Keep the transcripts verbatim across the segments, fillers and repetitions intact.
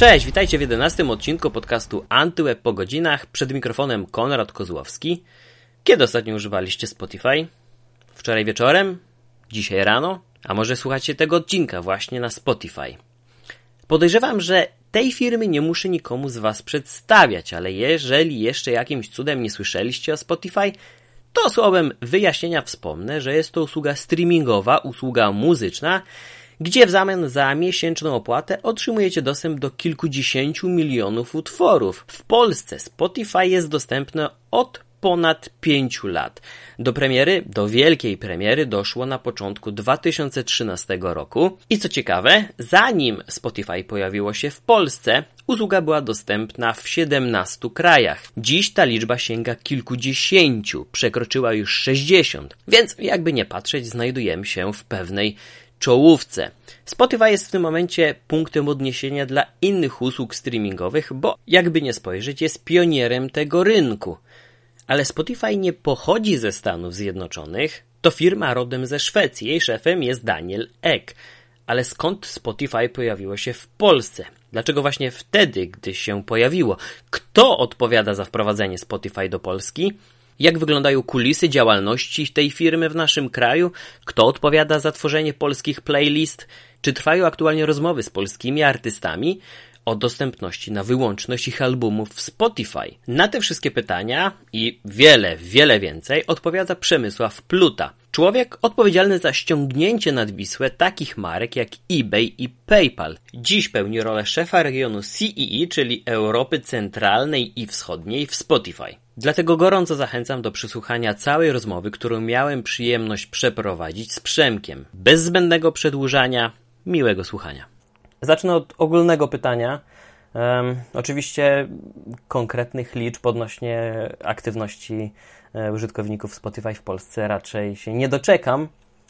Cześć, witajcie w jedenastym odcinku podcastu Antyweb po godzinach. Przed mikrofonem Konrad Kozłowski. Kiedy ostatnio używaliście Spotify? Wczoraj wieczorem? Dzisiaj rano? A może słuchacie tego odcinka właśnie na Spotify? Podejrzewam, że tej firmy nie muszę nikomu z Was przedstawiać, ale jeżeli jeszcze jakimś cudem nie słyszeliście o Spotify, to słowem wyjaśnienia wspomnę, że jest to usługa streamingowa, usługa muzyczna, gdzie w zamian za miesięczną opłatę otrzymujecie dostęp do kilkudziesięciu milionów utworów. W Polsce Spotify jest dostępne od ponad pięciu lat. Do premiery, do wielkiej premiery doszło na początku dwa tysiące trzynastego roku. I co ciekawe, zanim Spotify pojawiło się w Polsce, usługa była dostępna w siedemnastu krajach. Dziś ta liczba sięga kilkudziesięciu, przekroczyła już sześćdziesiąt. Więc jakby nie patrzeć, znajdujemy się w pewnej czołówce. Spotify jest w tym momencie punktem odniesienia dla innych usług streamingowych, bo jakby nie spojrzeć, jest pionierem tego rynku. Ale Spotify nie pochodzi ze Stanów Zjednoczonych, to firma rodem ze Szwecji. Jej szefem jest Daniel Ek. Ale skąd Spotify pojawiło się w Polsce? Dlaczego właśnie wtedy, gdy się pojawiło? Kto odpowiada za wprowadzenie Spotify do Polski? Jak wyglądają kulisy działalności tej firmy w naszym kraju? Kto odpowiada za tworzenie polskich playlist? Czy trwają aktualnie rozmowy z polskimi artystami o dostępności na wyłączność ich albumów w Spotify? Na te wszystkie pytania i wiele, wiele więcej odpowiada Przemysław Pluta. Człowiek odpowiedzialny za ściągnięcie nad Wisłę takich marek jak eBay i PayPal. Dziś pełni rolę szefa regionu C E E, czyli Europy Centralnej i Wschodniej w Spotify. Dlatego gorąco zachęcam do przesłuchania całej rozmowy, którą miałem przyjemność przeprowadzić z Przemkiem. Bez zbędnego przedłużania, miłego słuchania. Zacznę od ogólnego pytania. Um, oczywiście konkretnych liczb odnośnie aktywności e, użytkowników Spotify w Polsce raczej się nie doczekam,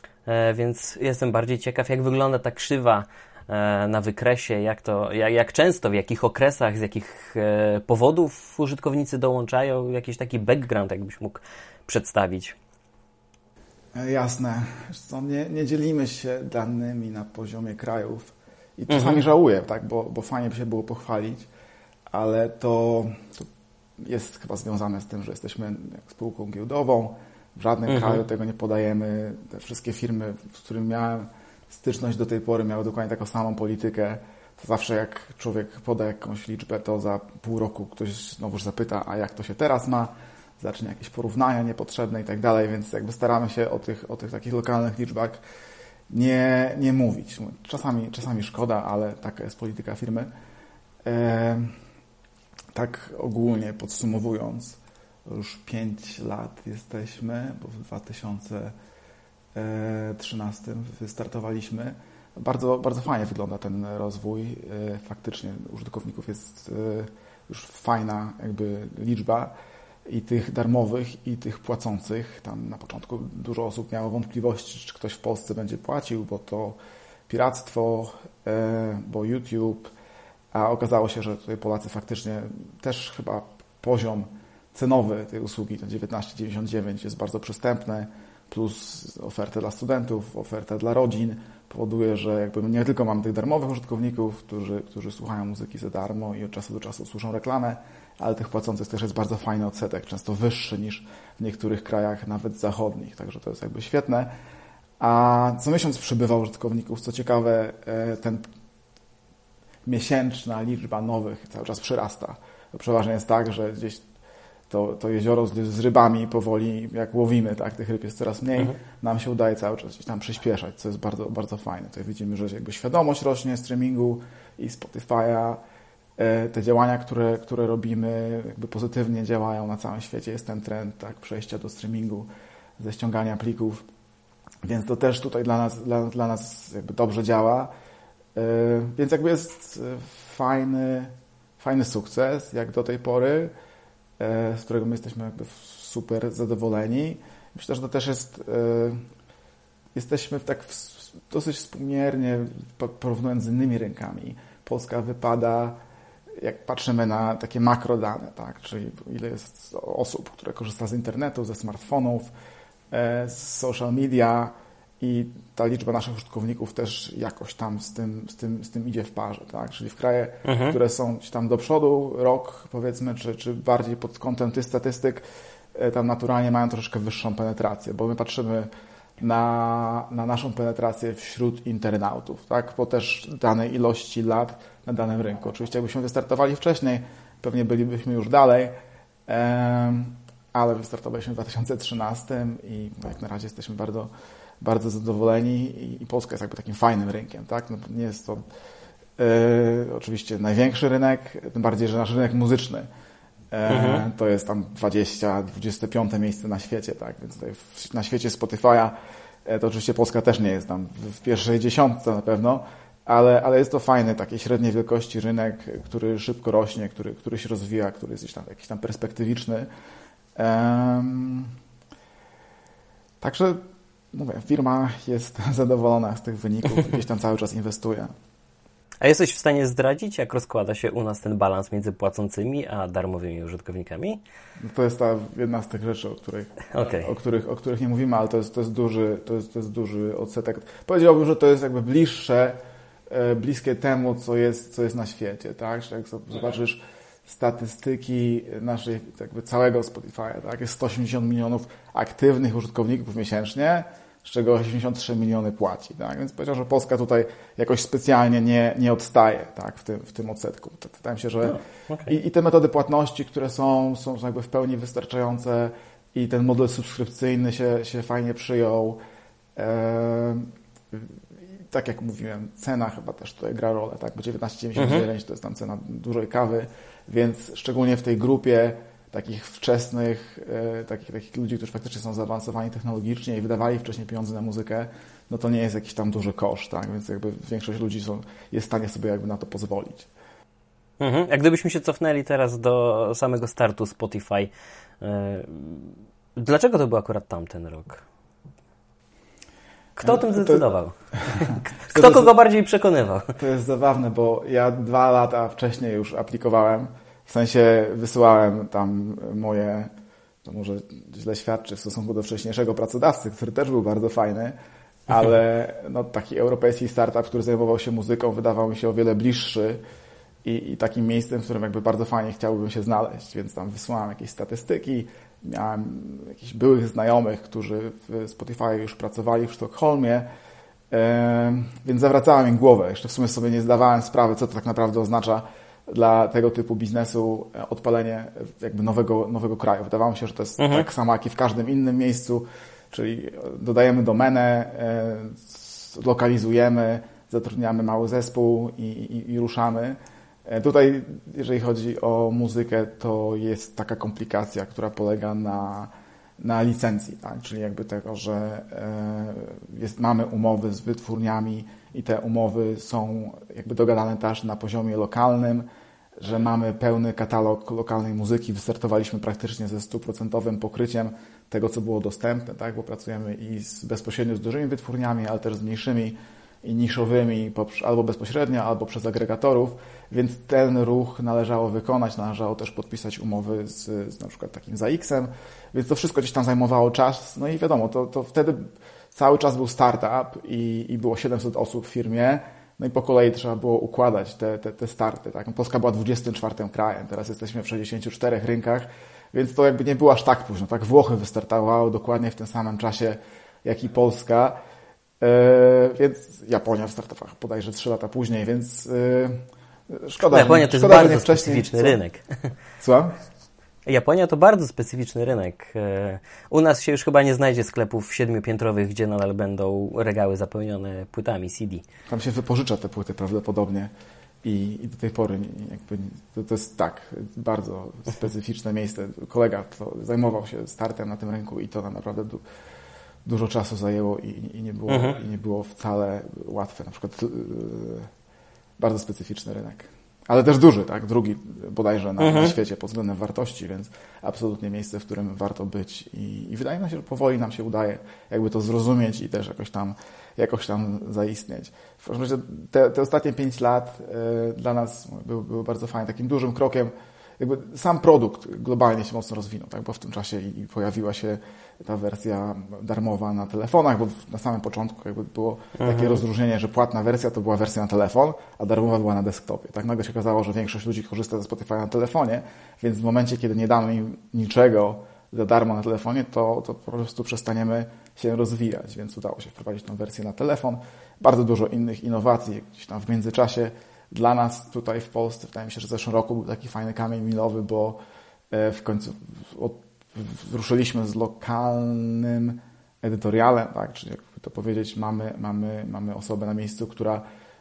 e, więc jestem bardziej ciekaw, jak wygląda ta krzywa e, na wykresie, jak to, jak, jak często, w jakich okresach, z jakich e, powodów użytkownicy dołączają, jakiś taki background, jakbyś mógł przedstawić. Jasne. Co, nie, nie dzielimy się danymi na poziomie krajów. I czasami mhm. żałuję, tak, bo, bo fajnie by się było pochwalić, ale to, to jest chyba związane z tym, że jesteśmy jak spółką giełdową, w żadnym mhm. kraju tego nie podajemy. Te wszystkie firmy, z którymi miałem styczność do tej pory, miały dokładnie taką samą politykę. To zawsze jak człowiek poda jakąś liczbę, to za pół roku ktoś znowuż zapyta, a jak to się teraz ma, zacznie jakieś porównania niepotrzebne i tak dalej, więc jakby staramy się o tych, o tych takich lokalnych liczbach Nie, nie mówić. Czasami, czasami szkoda, ale taka jest polityka firmy. E, tak ogólnie podsumowując, już pięć lat jesteśmy, bo w dwa tysiące trzynastym wystartowaliśmy. Bardzo, bardzo fajnie wygląda ten rozwój. E, faktycznie użytkowników jest e, już fajna jakby liczba. I tych darmowych, i tych płacących. Tam na początku dużo osób miało wątpliwości, czy ktoś w Polsce będzie płacił, bo to piractwo, bo YouTube, a okazało się, że tutaj Polacy faktycznie też chyba poziom cenowy tej usługi, to dziewiętnaście dziewięćdziesiąt dziewięć jest bardzo przystępny, plus oferta dla studentów, oferta dla rodzin, powoduje, że jakby nie tylko mamy tych darmowych użytkowników, którzy, którzy słuchają muzyki za darmo i od czasu do czasu słyszą reklamę, ale tych płacących też jest bardzo fajny odsetek, często wyższy niż w niektórych krajach, nawet zachodnich, także to jest jakby świetne. A co miesiąc przybywa użytkowników, co ciekawe, ten miesięczna liczba nowych cały czas przyrasta. To przeważnie jest tak, że gdzieś to, to jezioro z, z rybami powoli, jak łowimy, tak, tych ryb jest coraz mniej, mhm. nam się udaje cały czas gdzieś tam przyspieszać, co jest bardzo, bardzo fajne. Tutaj widzimy, że jakby świadomość rośnie streamingu i Spotify'a. Te działania, które, które robimy, jakby pozytywnie działają na całym świecie. Jest ten trend, tak, przejścia do streamingu, ze ściągania plików, więc to też tutaj dla nas, dla, dla nas jakby dobrze działa. Więc jakby jest fajny, fajny sukces, jak do tej pory, z którego my jesteśmy jakby super zadowoleni. Myślę, że to też jest, jesteśmy w tak w, dosyć współmiernie, porównując z innymi rynkami. Polska wypada, jak patrzymy na takie makrodane, tak, czyli ile jest osób, które korzysta z internetu, ze smartfonów, z social media i ta liczba naszych użytkowników też jakoś tam z tym, z tym, z tym idzie w parze, tak? Czyli w kraje, mhm. które są tam do przodu, rok powiedzmy, czy, czy bardziej pod kątem tych statystyk, tam naturalnie mają troszeczkę wyższą penetrację, bo my patrzymy na, na naszą penetrację wśród internautów, tak? Po też danej ilości lat na danym rynku. Oczywiście jakbyśmy wystartowali wcześniej, pewnie bylibyśmy już dalej, ale wystartowaliśmy w dwa tysiące trzynastym i jak na razie jesteśmy bardzo, bardzo zadowoleni i Polska jest jakby takim fajnym rynkiem, tak? No, nie jest to e, oczywiście największy rynek, tym bardziej, że nasz rynek muzyczny e, mhm. to jest tam dwudzieste, dwudzieste piąte miejsce na świecie, tak? Więc tutaj w, na świecie Spotify'a e, to oczywiście Polska też nie jest tam w, w pierwszej dziesiątce na pewno, ale, ale jest to fajny, takiej średniej wielkości rynek, który szybko rośnie, który, który się rozwija, który jest tam, jakiś tam perspektywiczny. Um, także mówię, firma jest zadowolona z tych wyników, gdzieś tam cały czas inwestuje. A jesteś w stanie zdradzić, jak rozkłada się u nas ten balans między płacącymi a darmowymi użytkownikami? No to jest ta jedna z tych rzeczy, o których, okay. o których, o których nie mówimy, ale to jest, to jest duży, to jest, to jest duży odsetek. Powiedziałbym, że to jest jakby bliższe, bliskie temu, co jest, co jest na świecie, tak? Że jak zobaczysz statystyki naszej, jakby całego Spotify'a, tak? Jest sto osiemdziesiąt milionów aktywnych użytkowników miesięcznie, z czego osiemdziesiąt trzy miliony płaci, tak? Więc powiedział, że Polska tutaj jakoś specjalnie nie, nie odstaje, tak? W tym, w tym odsetku. Wydaje mi się, że no, okay. I, i te metody płatności, które są, są jakby w pełni wystarczające i ten model subskrypcyjny się, się fajnie przyjął. Eee, tak jak mówiłem, cena chyba też tutaj gra rolę, tak? Bo dziewiętnaście dziewięćdziesiąt dziewięć mhm. to jest tam cena dużej kawy, więc szczególnie w tej grupie takich wczesnych, e, takich, takich ludzi, którzy faktycznie są zaawansowani technologicznie i wydawali wcześniej pieniądze na muzykę, no to nie jest jakiś tam duży koszt, tak? Więc jakby większość ludzi są, jest w stanie sobie jakby na to pozwolić. Mhm. Jak gdybyśmy się cofnęli teraz do samego startu Spotify, yy, dlaczego to był akurat tamten rok? Kto o tym zdecydował? Kto jest, kogo bardziej przekonywał? To jest zabawne, bo ja dwa lata wcześniej już aplikowałem, w sensie wysyłałem tam moje, to może źle świadczy w stosunku do wcześniejszego pracodawcy, który też był bardzo fajny, ale no, taki europejski startup, który zajmował się muzyką, wydawał mi się o wiele bliższy i, i takim miejscem, w którym jakby bardzo fajnie chciałbym się znaleźć, więc tam wysłałem jakieś statystyki. Miałem jakichś byłych znajomych, którzy w Spotify już pracowali w Sztokholmie, więc zawracałem im głowę. Jeszcze w sumie sobie nie zdawałem sprawy, co to tak naprawdę oznacza dla tego typu biznesu odpalenie jakby nowego, nowego kraju. Wydawało mi się, że to jest mhm. tak samo jak i w każdym innym miejscu, czyli dodajemy domenę, lokalizujemy, zatrudniamy mały zespół i, i, i ruszamy. Tutaj, jeżeli chodzi o muzykę, to jest taka komplikacja, która polega na, na licencji, tak? Czyli jakby tego, że jest, mamy umowy z wytwórniami i te umowy są jakby dogadane też na poziomie lokalnym, że mamy pełny katalog lokalnej muzyki, wystartowaliśmy praktycznie ze stuprocentowym pokryciem tego, co było dostępne, tak? Bo pracujemy i z, bezpośrednio z dużymi wytwórniami, ale też z mniejszymi i niszowymi, albo bezpośrednio, albo przez agregatorów, więc ten ruch należało wykonać, należało też podpisać umowy z, z na przykład takim Z A X-em, więc to wszystko gdzieś tam zajmowało czas, no i wiadomo, to, to wtedy cały czas był startup i, i było siedemset osób w firmie, no i po kolei trzeba było układać te, te, te starty, tak? Polska była dwudziestym czwartym krajem, teraz jesteśmy w sześćdziesięciu czterech rynkach, więc to jakby nie było aż tak późno, tak? Włochy wystartowały dokładnie w tym samym czasie, jak i Polska, Yy, więc Japonia startowała bodajże trzy lata później, więc yy, szkoda, no, Japonia że, to jest szkoda, bardzo że nie wcześniej. specyficzny Co? rynek. Co? Japonia to bardzo specyficzny rynek. U nas się już chyba nie znajdzie sklepów siedmiopiętrowych, gdzie nadal będą regały zapełnione płytami C D. Tam się wypożycza te płyty prawdopodobnie i, i do tej pory jakby, to, to jest tak, bardzo specyficzne miejsce. Kolega to zajmował się startem na tym rynku i to nam naprawdę du, dużo czasu zajęło i, i, nie było, mhm. i nie było wcale łatwe. Na przykład yy, bardzo specyficzny rynek. Ale też duży, tak? Drugi bodajże na, mhm. na świecie pod względem wartości, więc absolutnie miejsce, w którym warto być. I, i wydaje mi się, że powoli nam się udaje jakby to zrozumieć i też jakoś tam, jakoś tam zaistnieć. W każdym razie te, te ostatnie pięć lat y, dla nas były, były bardzo fajne. Takim dużym krokiem jakby sam produkt globalnie się mocno rozwinął, tak? Bo w tym czasie i pojawiła się ta wersja darmowa na telefonach, bo na samym początku jakby było mhm. takie rozróżnienie, że płatna wersja to była wersja na telefon, a darmowa była na desktopie. Tak nagle się okazało, że większość ludzi korzysta ze Spotify na telefonie, więc w momencie, kiedy nie damy im niczego za darmo na telefonie, to, to po prostu przestaniemy się rozwijać, więc udało się wprowadzić tą wersję na telefon. Bardzo dużo innych innowacji gdzieś tam w międzyczasie. Dla nas tutaj w Polsce, wydaje mi się, że w zeszłym roku był taki fajny kamień milowy, bo w końcu od, ruszyliśmy z lokalnym edytorialem, tak? Czyli jakby to powiedzieć, mamy, mamy, mamy osobę na miejscu, która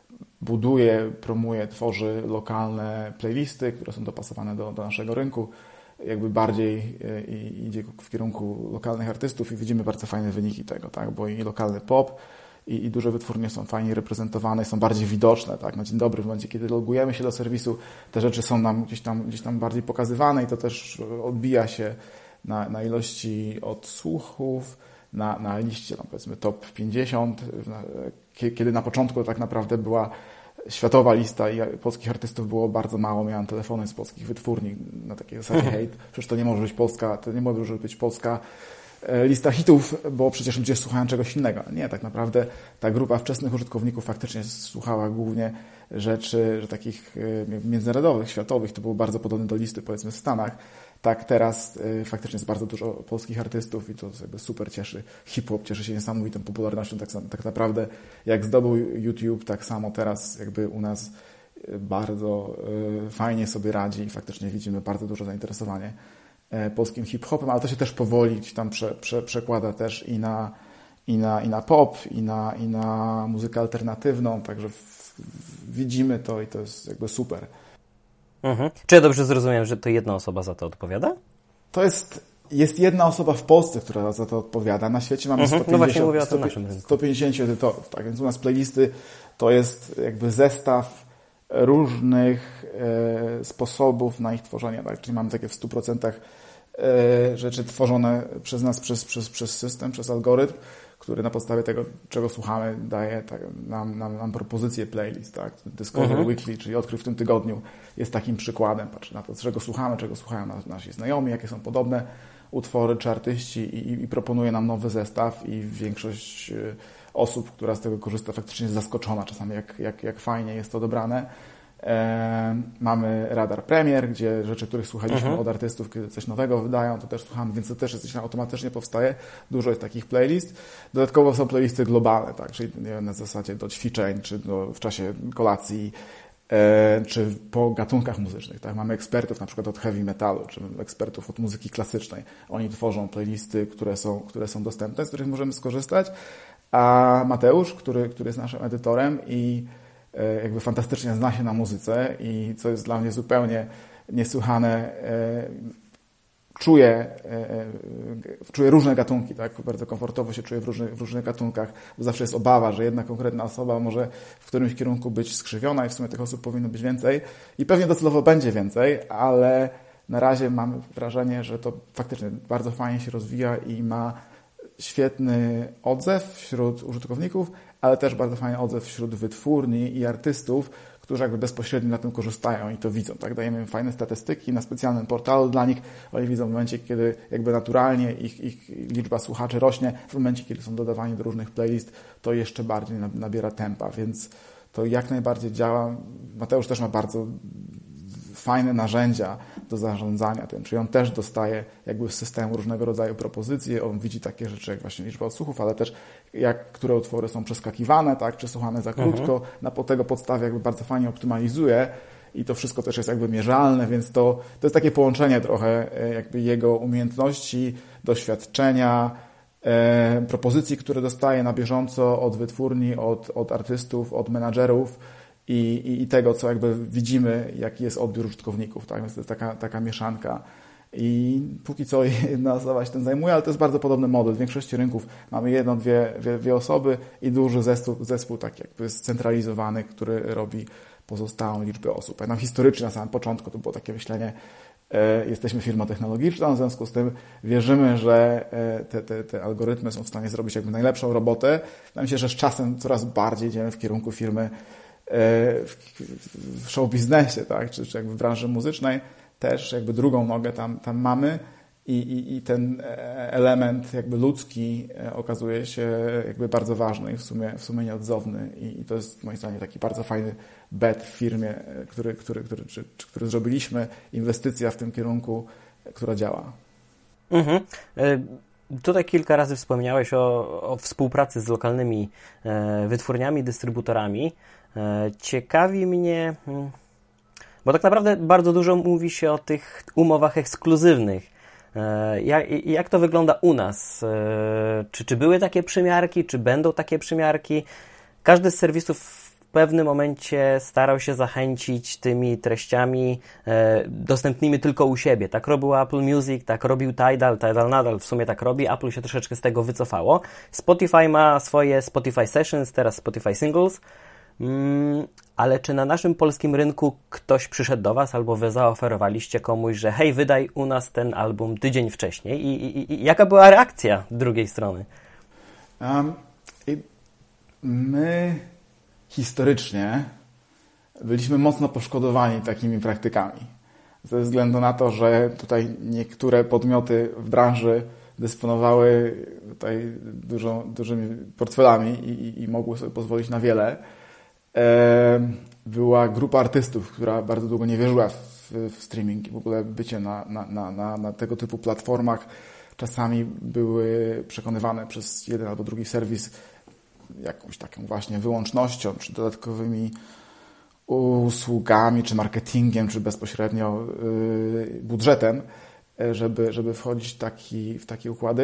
buduje, promuje, tworzy lokalne playlisty, które są dopasowane do, do naszego rynku. Jakby bardziej idzie w kierunku lokalnych artystów i widzimy bardzo fajne wyniki tego, tak? Bo i lokalny pop, i, i duże wytwórnie są fajnie reprezentowane, są bardziej widoczne, tak? Na dzień dobry, w momencie, kiedy logujemy się do serwisu, te rzeczy są nam gdzieś tam, gdzieś tam bardziej pokazywane i to też odbija się na, na ilości odsłuchów, na, na liście, no powiedzmy top pięćdziesiąt, kiedy na początku tak naprawdę była światowa lista i polskich artystów było bardzo mało. Miałem telefony z polskich wytwórni na takiej zasadzie, hej, przecież to nie może być polska, to nie może być polska lista hitów, bo przecież ludzie słuchają czegoś innego. Nie, tak naprawdę ta grupa wczesnych użytkowników faktycznie słuchała głównie rzeczy, że takich międzynarodowych, światowych, to było bardzo podobne do listy, powiedzmy, w Stanach. Tak, teraz y, faktycznie jest bardzo dużo polskich artystów i to jakby super cieszy. Hip-hop cieszy się niesamowitą popularnością. Tak, tak naprawdę jak zdobył YouTube, tak samo teraz jakby u nas bardzo y, fajnie sobie radzi i faktycznie widzimy bardzo duże zainteresowanie y, polskim hip-hopem, ale to się też powoli gdzieś tam prze, prze, przekłada też i na, i na, i na pop, i na, i na muzykę alternatywną, także w, w, widzimy to i to jest jakby super. Mhm. Czy ja dobrze zrozumiałem, że to jedna osoba za to odpowiada? To jest, jest jedna osoba w Polsce, która za to odpowiada. Na świecie mamy mhm. sto pięćdziesiąt, no właśnie mówię o tym naszym rynku. sto pięćdziesiąt edytorów. Tak? Więc u nas playlisty to jest jakby zestaw różnych e, sposobów na ich tworzenie. Tak? Czyli mamy takie w stu procentach e, rzeczy tworzone przez nas, przez, przez, przez system, przez algorytm, który na podstawie tego, czego słuchamy, daje tak, nam, nam, nam propozycję playlist. Tak? Discover mhm. Weekly, czyli odkryj w tym tygodniu, jest takim przykładem. Patrzy na to, czego słuchamy, czego słuchają nasi znajomi, jakie są podobne utwory czy artyści i, i proponuje nam nowy zestaw i większość osób, która z tego korzysta, faktycznie jest zaskoczona czasami, jak, jak, jak fajnie jest to dobrane. E, mamy Radar Premier, gdzie rzeczy, których słuchaliśmy mhm. od artystów, kiedy coś nowego wydają, to też słuchamy, więc to też jest, automatycznie powstaje. Dużo jest takich playlist. Dodatkowo są playlisty globalne, tak, czyli nie wiem, na zasadzie do ćwiczeń, czy do, w czasie kolacji, e, czy po gatunkach muzycznych. Tak. Mamy ekspertów na przykład od heavy metalu, czy ekspertów od muzyki klasycznej. Oni tworzą playlisty, które są, które są dostępne, z których możemy skorzystać. A Mateusz, który, który jest naszym edytorem i jakby fantastycznie zna się na muzyce i co jest dla mnie zupełnie niesłychane, czuje, czuje różne gatunki, tak? Bardzo komfortowo się czuje w różnych, w różnych gatunkach, bo zawsze jest obawa, że jedna konkretna osoba może w którymś kierunku być skrzywiona i w sumie tych osób powinno być więcej i pewnie docelowo będzie więcej, ale na razie mamy wrażenie, że to faktycznie bardzo fajnie się rozwija i ma świetny odzew wśród użytkowników, ale też bardzo fajny odzew wśród wytwórni i artystów, którzy jakby bezpośrednio na tym korzystają i to widzą. Tak? Dajemy im fajne statystyki na specjalnym portalu dla nich. Oni widzą w momencie, kiedy jakby naturalnie ich, ich liczba słuchaczy rośnie, w momencie, kiedy są dodawani do różnych playlist, to jeszcze bardziej nabiera tempa, więc to jak najbardziej działa. Mateusz też ma bardzo fajne narzędzia do zarządzania tym, czyli on też dostaje jakby z systemu różnego rodzaju propozycje, on widzi takie rzeczy jak właśnie liczba odsłuchów, ale też jak, które utwory są przeskakiwane, tak, czy słuchane za krótko, mhm. na po tego podstawie jakby bardzo fajnie optymalizuje i to wszystko też jest jakby mierzalne, więc to, to jest takie połączenie trochę jakby jego umiejętności, doświadczenia, e, propozycji, które dostaje na bieżąco od wytwórni, od, od artystów, od menadżerów, I, i, i tego, co jakby widzimy, jaki jest odbiór użytkowników, tak? Więc to jest taka, taka mieszanka. I póki co jedna osoba się tym zajmuje, ale to jest bardzo podobny model. W większości rynków mamy jedną, dwie, dwie, dwie osoby i duży zespół, zespół tak jakby scentralizowany, który robi pozostałą liczbę osób. Pamiętam historycznie na samym początku to było takie myślenie, e, jesteśmy firmą technologiczną, w związku z tym wierzymy, że e, te, te, te algorytmy są w stanie zrobić jakby najlepszą robotę. Wydaje mi się, że z czasem coraz bardziej idziemy w kierunku firmy w show biznesie, tak, czy, czy jakby w branży muzycznej, też jakby drugą nogę tam, tam mamy i, i, i ten element jakby ludzki okazuje się jakby bardzo ważny i w sumie, w sumie nieodzowny i, i to jest moim zdaniem taki bardzo fajny bet w firmie, który, który, który, który, który zrobiliśmy, inwestycja w tym kierunku, która działa. Mhm. Tutaj kilka razy wspomniałeś o, o współpracy z lokalnymi e, wytwórniami, dystrybutorami. E, ciekawi mnie, bo tak naprawdę bardzo dużo mówi się o tych umowach ekskluzywnych. E, jak, jak to wygląda u nas? E, czy, czy były takie przymiarki, czy będą takie przymiarki? Każdy z serwisów w pewnym momencie starał się zachęcić tymi treściami e, dostępnymi tylko u siebie. Tak robił Apple Music, tak robił Tidal, Tidal nadal w sumie tak robi, Apple się troszeczkę z tego wycofało. Spotify ma swoje Spotify Sessions, teraz Spotify Singles, mm, ale czy na naszym polskim rynku ktoś przyszedł do Was albo Wy zaoferowaliście komuś, że hej, wydaj u nas ten album tydzień wcześniej i, i, i jaka była reakcja drugiej strony? Um, i my... historycznie byliśmy mocno poszkodowani takimi praktykami. Ze względu na to, że tutaj niektóre podmioty w branży dysponowały tutaj dużo, dużymi portfelami i, i mogły sobie pozwolić na wiele. E, była grupa artystów, która bardzo długo nie wierzyła w, w streaming i w ogóle bycie na, na, na, na, na tego typu platformach. Czasami były przekonywane przez jeden albo drugi serwis jakąś taką właśnie wyłącznością, czy dodatkowymi usługami, czy marketingiem, czy bezpośrednio yy, budżetem, żeby, żeby wchodzić taki, w takie układy.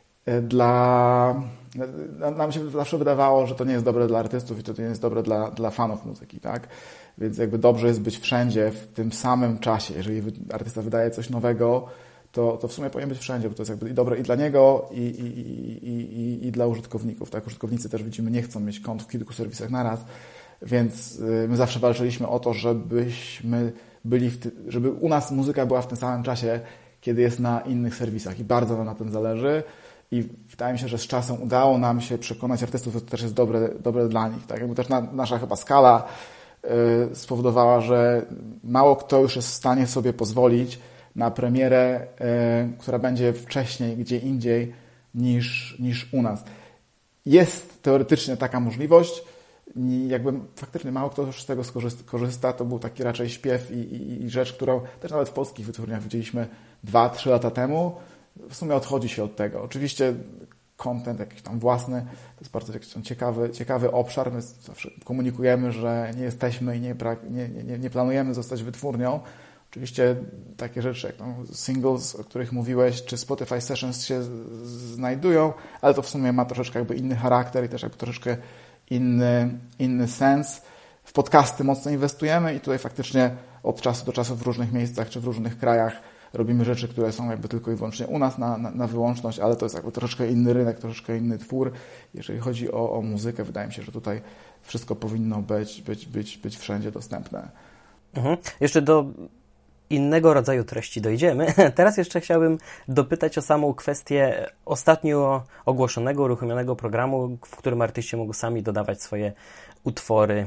Dla, nam się zawsze wydawało, że to nie jest dobre dla artystów i to nie jest dobre dla, dla fanów muzyki, tak? Więc jakby dobrze jest być wszędzie w tym samym czasie. Jeżeli artysta wydaje coś nowego, to, to w sumie powinien być wszędzie, bo to jest jakby i dobre i dla niego, i, i, i, i, i dla użytkowników. Tak? Użytkownicy też, widzimy, nie chcą mieć kont w kilku serwisach naraz, więc my zawsze walczyliśmy o to, żebyśmy byli, w ty, żeby u nas muzyka była w tym samym czasie, kiedy jest na innych serwisach i bardzo nam na tym zależy i wydaje mi się, że z czasem udało nam się przekonać artystów, że to też jest dobre, dobre dla nich. Tak? Jakby też na, nasza chyba skala yy, spowodowała, że mało kto już jest w stanie sobie pozwolić na premierę, y, która będzie wcześniej, gdzie indziej niż, niż u nas. Jest teoretycznie taka możliwość, i jakby faktycznie mało kto już z tego korzysta, to był taki raczej śpiew i, i, i rzecz, którą też nawet w polskich wytwórniach widzieliśmy dwa trzy lata temu. W sumie odchodzi się od tego. Oczywiście content jakiś tam własny, to jest bardzo jakiś tam ciekawy, ciekawy obszar. My zawsze komunikujemy, że nie jesteśmy i nie, nie, nie, nie planujemy zostać wytwórnią. Oczywiście takie rzeczy jak no, singles, o których mówiłeś, czy Spotify Sessions się znajdują, ale to w sumie ma troszeczkę jakby inny charakter i też jakby troszeczkę inny, inny sens. W podcasty mocno inwestujemy i tutaj faktycznie od czasu do czasu w różnych miejscach czy w różnych krajach robimy rzeczy, które są jakby tylko i wyłącznie u nas na, na, na wyłączność, ale to jest jakby troszeczkę inny rynek, troszeczkę inny twór. Jeżeli chodzi o, o muzykę, wydaje mi się, że tutaj wszystko powinno być, być, być, być wszędzie dostępne. Mhm. Jeszcze do innego rodzaju treści dojdziemy. Teraz jeszcze chciałbym dopytać o samą kwestię ostatnio ogłoszonego, uruchomionego programu, w którym artyści mogą sami dodawać swoje utwory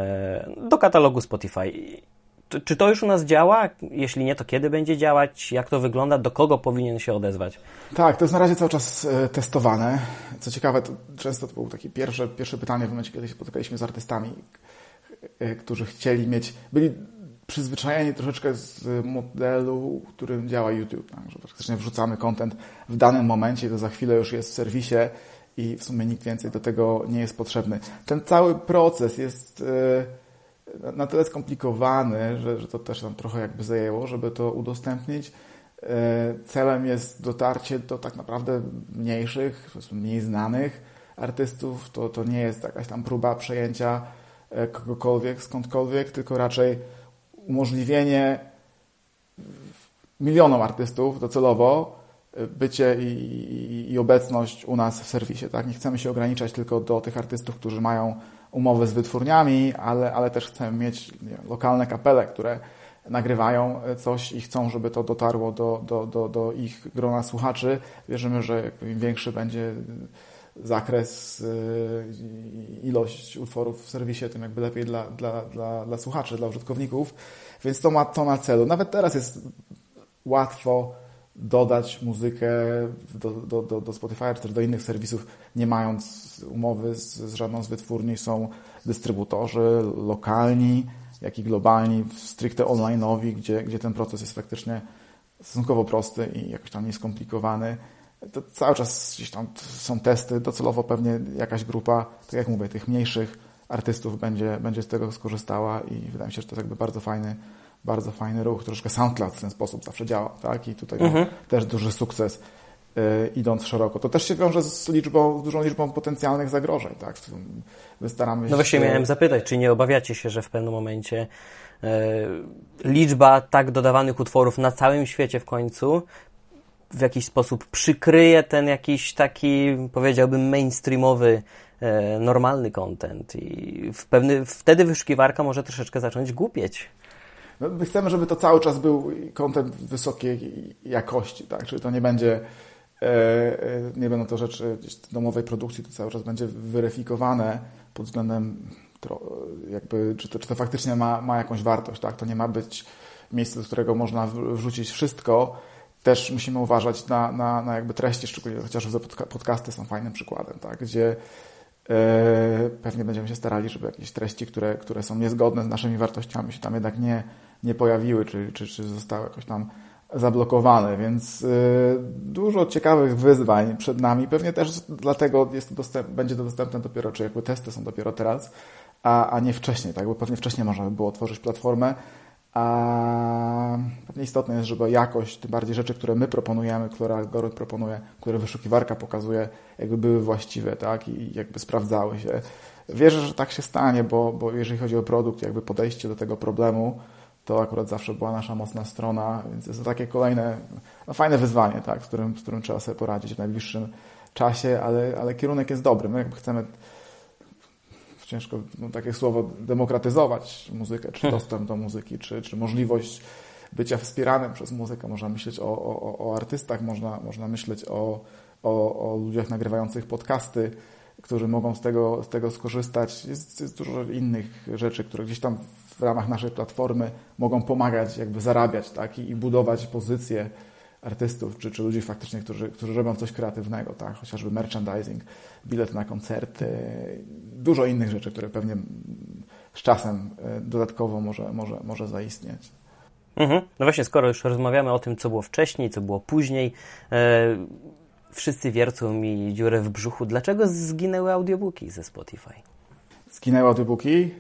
do katalogu Spotify. Czy to już u nas działa? Jeśli nie, to kiedy będzie działać? Jak to wygląda? Do kogo powinien się odezwać? Tak, to jest na razie cały czas testowane. Co ciekawe, to często to było takie pierwsze, pierwsze pytanie w momencie, kiedy się spotykaliśmy z artystami, którzy chcieli mieć, byli przyzwyczajeni troszeczkę z modelu, w którym działa YouTube. Tak? Że praktycznie wrzucamy content w danym momencie i to za chwilę już jest w serwisie i w sumie nikt więcej do tego nie jest potrzebny. Ten cały proces jest na tyle skomplikowany, że, że to też nam trochę jakby zajęło, żeby to udostępnić. Celem jest dotarcie do tak naprawdę mniejszych, mniej znanych artystów. To, to nie jest jakaś tam próba przejęcia kogokolwiek, skądkolwiek, tylko raczej umożliwienie milionom artystów docelowo bycie i, i, i obecność u nas w serwisie. Tak? Nie chcemy się ograniczać tylko do tych artystów, którzy mają umowy z wytwórniami, ale, ale też chcemy mieć nie wiem, lokalne kapele, które nagrywają coś i chcą, żeby to dotarło do, do, do, do ich grona słuchaczy. Wierzymy, że im większy będzie zakres, ilość utworów w serwisie, tym jakby lepiej dla, dla, dla, dla słuchaczy, dla użytkowników, więc to ma to na celu. Nawet teraz jest łatwo dodać muzykę do, do, do, do Spotify czy też do innych serwisów, nie mając umowy z, z żadną z wytwórni. Są dystrybutorzy lokalni, jak i globalni, stricte online'owi, gdzie, gdzie ten proces jest faktycznie stosunkowo prosty i jakoś tam nieskomplikowany. To cały czas gdzieś tam są testy, docelowo pewnie jakaś grupa, tak jak mówię, tych mniejszych artystów będzie, będzie z tego skorzystała i wydaje mi się, że to jest jakby bardzo fajny, bardzo fajny ruch. Troszkę SoundCloud w ten sposób zawsze działa, tak? I tutaj mhm. ma też duży sukces, yy, idąc szeroko. To też się wiąże z liczbą, z dużą liczbą potencjalnych zagrożeń, tak? My staramy się... No właśnie miałem zapytać, czy nie obawiacie się, że w pewnym momencie yy, liczba tak dodawanych utworów na całym świecie w końcu w jakiś sposób przykryje ten jakiś taki, powiedziałbym, mainstreamowy, e, normalny content i w pewny, wtedy wyszukiwarka może troszeczkę zacząć głupieć. No, my chcemy, żeby to cały czas był content wysokiej jakości, tak? Czyli to nie będzie, e, e, nie będą to rzeczy domowej produkcji, to cały czas będzie weryfikowane pod względem tro, jakby, czy to, czy to faktycznie ma, ma jakąś wartość, tak? To nie ma być miejsce, do którego można wrzucić wszystko. Też musimy uważać na, na, na jakby treści, szczególnie chociażby podcasty są fajnym przykładem, tak? Gdzie e, pewnie będziemy się starali, żeby jakieś treści, które, które są niezgodne z naszymi wartościami, się tam jednak nie, nie pojawiły, czy, czy, czy zostały jakoś tam zablokowane, więc e, dużo ciekawych wyzwań przed nami. Pewnie też dlatego jest to dostęp, będzie to dostępne dopiero, czy jakby testy są dopiero teraz, a, a nie wcześniej, tak? Bo pewnie wcześniej można by było tworzyć platformę, a pewnie istotne jest, żeby jakość, tym bardziej rzeczy, które my proponujemy, które algorytm proponuje, które wyszukiwarka pokazuje, jakby były właściwe, tak? I jakby sprawdzały się. Wierzę, że tak się stanie, bo, bo jeżeli chodzi o produkt, jakby podejście do tego problemu, to akurat zawsze była nasza mocna strona, więc jest to takie kolejne, no fajne wyzwanie, tak? Z którym, z którym trzeba sobie poradzić w najbliższym czasie, ale, ale kierunek jest dobry. My jakby chcemy, ciężko no, takie słowo, demokratyzować muzykę, czy dostęp do muzyki, czy, czy możliwość bycia wspieranym przez muzykę. Można myśleć o, o, o artystach, można, można myśleć o, o, o ludziach nagrywających podcasty, którzy mogą z tego, z tego skorzystać. Jest, jest dużo innych rzeczy, które gdzieś tam w ramach naszej platformy mogą pomagać jakby zarabiać, tak? I, i budować pozycję artystów, czy, czy ludzi faktycznie, którzy, którzy robią coś kreatywnego, tak? Chociażby merchandising, bilet na koncerty, dużo innych rzeczy, które pewnie z czasem dodatkowo może, może, może zaistnieć. Mhm. No właśnie, skoro już rozmawiamy o tym, co było wcześniej, co było później, e, wszyscy wiercą mi dziurę w brzuchu. Dlaczego zginęły audiobooki ze Spotify? Zginęły audiobooki?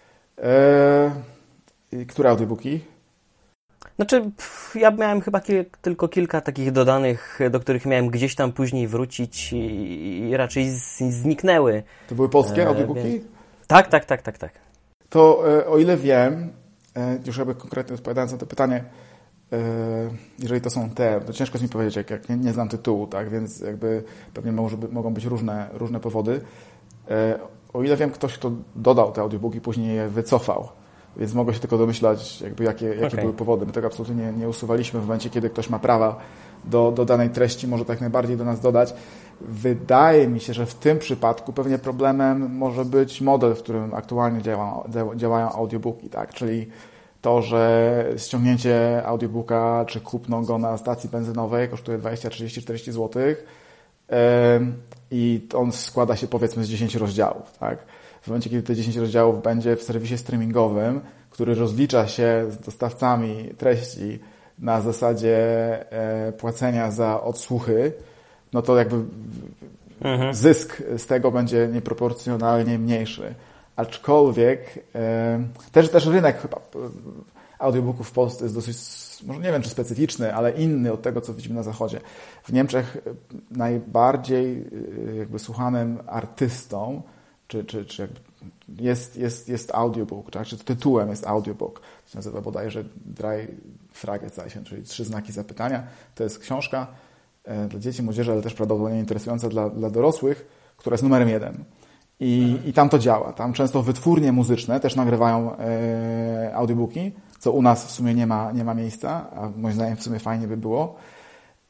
E, które audiobooki? Znaczy, pff, ja miałem chyba kil- tylko kilka takich dodanych, do których miałem gdzieś tam później wrócić i, i raczej z, zniknęły. To były polskie e, audiobooki? Więc... Tak, tak, tak, tak, tak. To e, o ile wiem, e, już jakby konkretnie odpowiadając na to pytanie, e, jeżeli to są te, to ciężko mi powiedzieć, jak, jak nie, nie znam tytułu, tak, więc jakby pewnie może, mogą być różne, różne powody. E, o ile wiem, ktoś, kto dodał te audiobooki, później je wycofał. Więc mogę się tylko domyślać, jakby jakie, jakie okay. były powody. My tego absolutnie nie, nie usuwaliśmy w momencie, kiedy ktoś ma prawa do, do danej treści, może tak najbardziej do nas dodać. Wydaje mi się, że w tym przypadku pewnie problemem może być model, w którym aktualnie działa, działają audiobooki, tak? Czyli to, że ściągnięcie audiobooka czy kupno go na stacji benzynowej kosztuje dwadzieścia, trzydzieści, czterdzieści złotych yy, i on składa się powiedzmy z dziesięciu rozdziałów, tak? W momencie, kiedy te dziesięć rozdziałów będzie w serwisie streamingowym, który rozlicza się z dostawcami treści na zasadzie e, płacenia za odsłuchy, no to jakby mhm. zysk z tego będzie nieproporcjonalnie mniejszy. Aczkolwiek e, też, też rynek chyba audiobooków w Polsce jest dosyć, może nie wiem czy specyficzny, ale inny od tego, co widzimy na Zachodzie. W Niemczech najbardziej jakby słuchanym artystą czy, czy, czy jest, jest, jest audiobook, tak? Czy tytułem jest audiobook. To się nazywa bodajże Drei Fragezeichen, czyli trzy znaki zapytania. To jest książka e, dla dzieci, młodzieży, ale też prawdopodobnie interesująca dla, dla dorosłych, która jest numerem jeden. I, mhm. I tam to działa. Tam często wytwórnie muzyczne też nagrywają e, audiobooki, co u nas w sumie nie ma, nie ma miejsca, a moim zdaniem w sumie fajnie by było.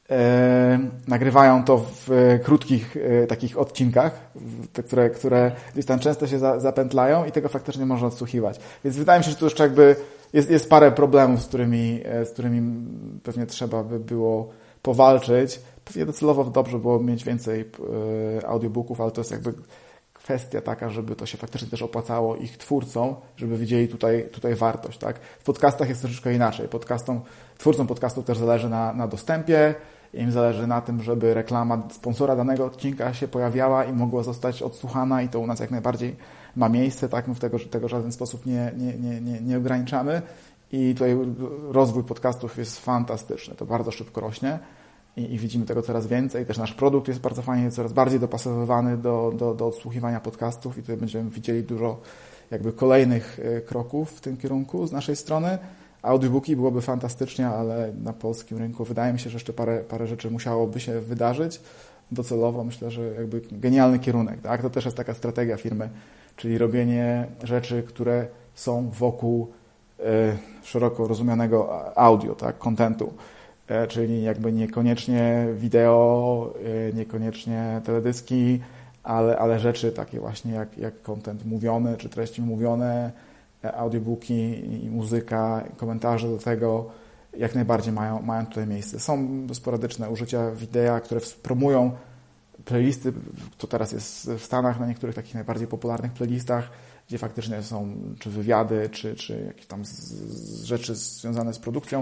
e, nagrywają to w e, krótkich e, takich odcinkach, te, które, które gdzieś tam często się za, zapętlają i tego faktycznie można odsłuchiwać. Więc wydaje mi się, że to jeszcze jakby jest, jest parę problemów, z którymi, e, z którymi pewnie trzeba by było powalczyć. Pewnie docelowo dobrze było mieć więcej e, audiobooków, ale to jest jakby kwestia taka, żeby to się faktycznie też opłacało ich twórcom, żeby widzieli tutaj, tutaj wartość, tak? W podcastach jest troszeczkę inaczej. Podcastom, twórcom podcastów też zależy na, na dostępie, im zależy na tym, żeby reklama sponsora danego odcinka się pojawiała i mogła zostać odsłuchana i to u nas jak najbardziej ma miejsce, tak? My w tego, tego w żaden sposób nie, nie, nie, nie, nie ograniczamy i tutaj rozwój podcastów jest fantastyczny, to bardzo szybko rośnie. I, I widzimy tego coraz więcej. Też nasz produkt jest bardzo fajnie, coraz bardziej dopasowywany do, do, do odsłuchiwania podcastów i tutaj będziemy widzieli dużo jakby kolejnych kroków w tym kierunku z naszej strony. Audiobooki byłoby fantastycznie, ale na polskim rynku wydaje mi się, że jeszcze parę, parę rzeczy musiałoby się wydarzyć. Docelowo myślę, że jakby genialny kierunek. Tak? To też jest taka strategia firmy, czyli robienie rzeczy, które są wokół y, szeroko rozumianego audio, tak? Kontentu. Czyli jakby niekoniecznie wideo, niekoniecznie teledyski, ale, ale rzeczy takie właśnie jak, jak content mówiony, czy treści mówione, audiobooki i muzyka, komentarze do tego jak najbardziej mają, mają tutaj miejsce. Są sporadyczne użycia wideo, które promują playlisty, to teraz jest w Stanach na niektórych takich najbardziej popularnych playlistach, gdzie faktycznie są czy wywiady, czy, czy jakieś tam z, z rzeczy związane z produkcją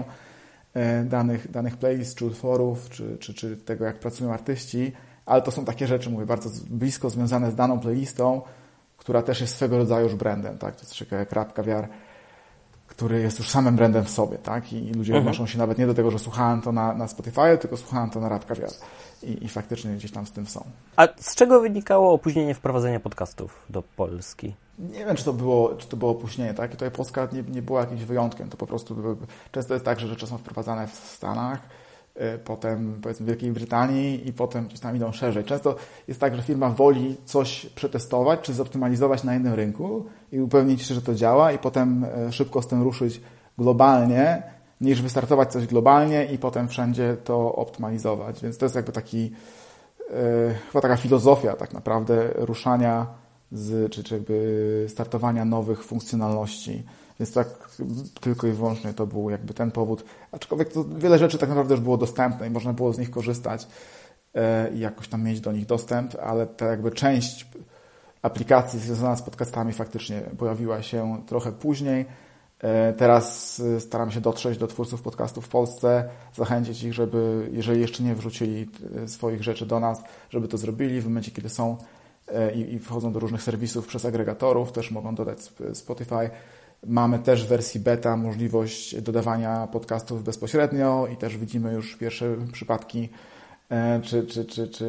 danych, danych playlist, czy utworów, czy, czy, czy tego, jak pracują artyści, ale to są takie rzeczy, mówię, bardzo blisko związane z daną playlistą, która też jest swego rodzaju już brandem, tak? To jest coś jak Rap Caviar, który jest już samym brandem w sobie, tak? I ludzie mhm. odnoszą się nawet nie do tego, że słuchałem to na, na Spotify, tylko słuchałem to na Rap Caviar. I, I faktycznie gdzieś tam z tym są. A z czego wynikało opóźnienie wprowadzenia podcastów do Polski? Nie wiem, czy to było, czy to było opóźnienie, tak? I tutaj Polska nie, nie była jakimś wyjątkiem. To po prostu były, często jest tak, że rzeczy są wprowadzane w Stanach, y, potem powiedzmy w Wielkiej Brytanii i potem gdzieś tam idą szerzej. Często jest tak, że firma woli coś przetestować, czy zoptymalizować na jednym rynku i upewnić się, że to działa i potem szybko z tym ruszyć globalnie, niż wystartować coś globalnie i potem wszędzie to optymalizować. Więc to jest jakby taki, y, chyba taka filozofia tak naprawdę ruszania z, czy, czy jakby startowania nowych funkcjonalności. Więc tak tylko i wyłącznie to był jakby ten powód. Aczkolwiek to wiele rzeczy tak naprawdę już było dostępne i można było z nich korzystać e, i jakoś tam mieć do nich dostęp, ale ta jakby część aplikacji związana z podcastami faktycznie pojawiła się trochę później. E, teraz staram się dotrzeć do twórców podcastów w Polsce, zachęcić ich, żeby, jeżeli jeszcze nie wrzucili swoich rzeczy do nas, żeby to zrobili w momencie, kiedy są i wchodzą do różnych serwisów przez agregatorów, też mogą dodać Spotify. Mamy też w wersji beta możliwość dodawania podcastów bezpośrednio i też widzimy już pierwsze przypadki czy, czy, czy, czy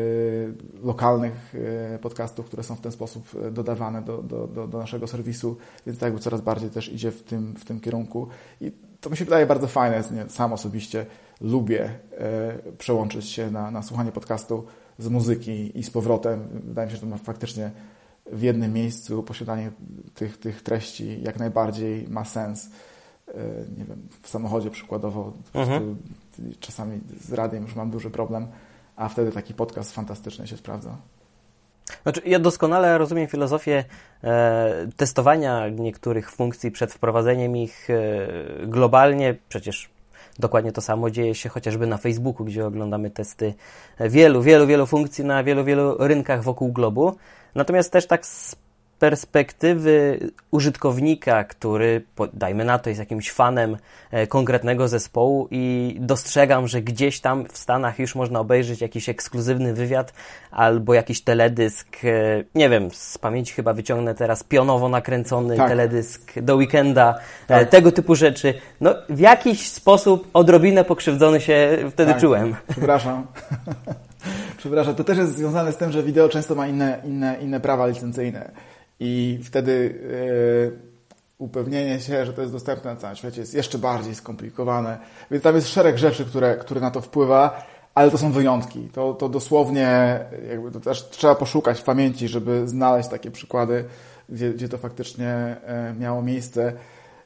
lokalnych podcastów, które są w ten sposób dodawane do, do, do, do naszego serwisu, więc to jakby coraz bardziej też idzie w tym, w tym kierunku. I to mi się wydaje bardzo fajne. Sam osobiście lubię przełączyć się na, na słuchanie podcastu z muzyki i z powrotem. Wydaje mi się, że to ma faktycznie w jednym miejscu posiadanie tych, tych treści jak najbardziej ma sens. Nie wiem, w samochodzie przykładowo mhm. czasami z radiem już mam duży problem, a wtedy taki podcast fantastycznie się sprawdza. Znaczy, ja doskonale rozumiem filozofię e, testowania niektórych funkcji przed wprowadzeniem ich e, globalnie. Przecież dokładnie to samo dzieje się chociażby na Facebooku, gdzie oglądamy testy wielu, wielu, wielu funkcji na wielu, wielu rynkach wokół globu. Natomiast też tak z perspektywy użytkownika, który, dajmy na to, jest jakimś fanem e, konkretnego zespołu i dostrzegam, że gdzieś tam w Stanach już można obejrzeć jakiś ekskluzywny wywiad albo jakiś teledysk, e, nie wiem, z pamięci chyba wyciągnę teraz pionowo nakręcony tak. teledysk do Weekenda, tak. e, tego typu rzeczy. No, w jakiś sposób odrobinę pokrzywdzony się wtedy tak. czułem. Przepraszam. Przepraszam, to też jest związane z tym, że wideo często ma inne, inne, inne prawa licencyjne i wtedy yy, upewnienie się, że to jest dostępne na całym świecie jest jeszcze bardziej skomplikowane, więc tam jest szereg rzeczy, które, które na to wpływa, ale to są wyjątki. To, to dosłownie jakby to też trzeba poszukać w pamięci, żeby znaleźć takie przykłady, gdzie, gdzie to faktycznie yy, miało miejsce.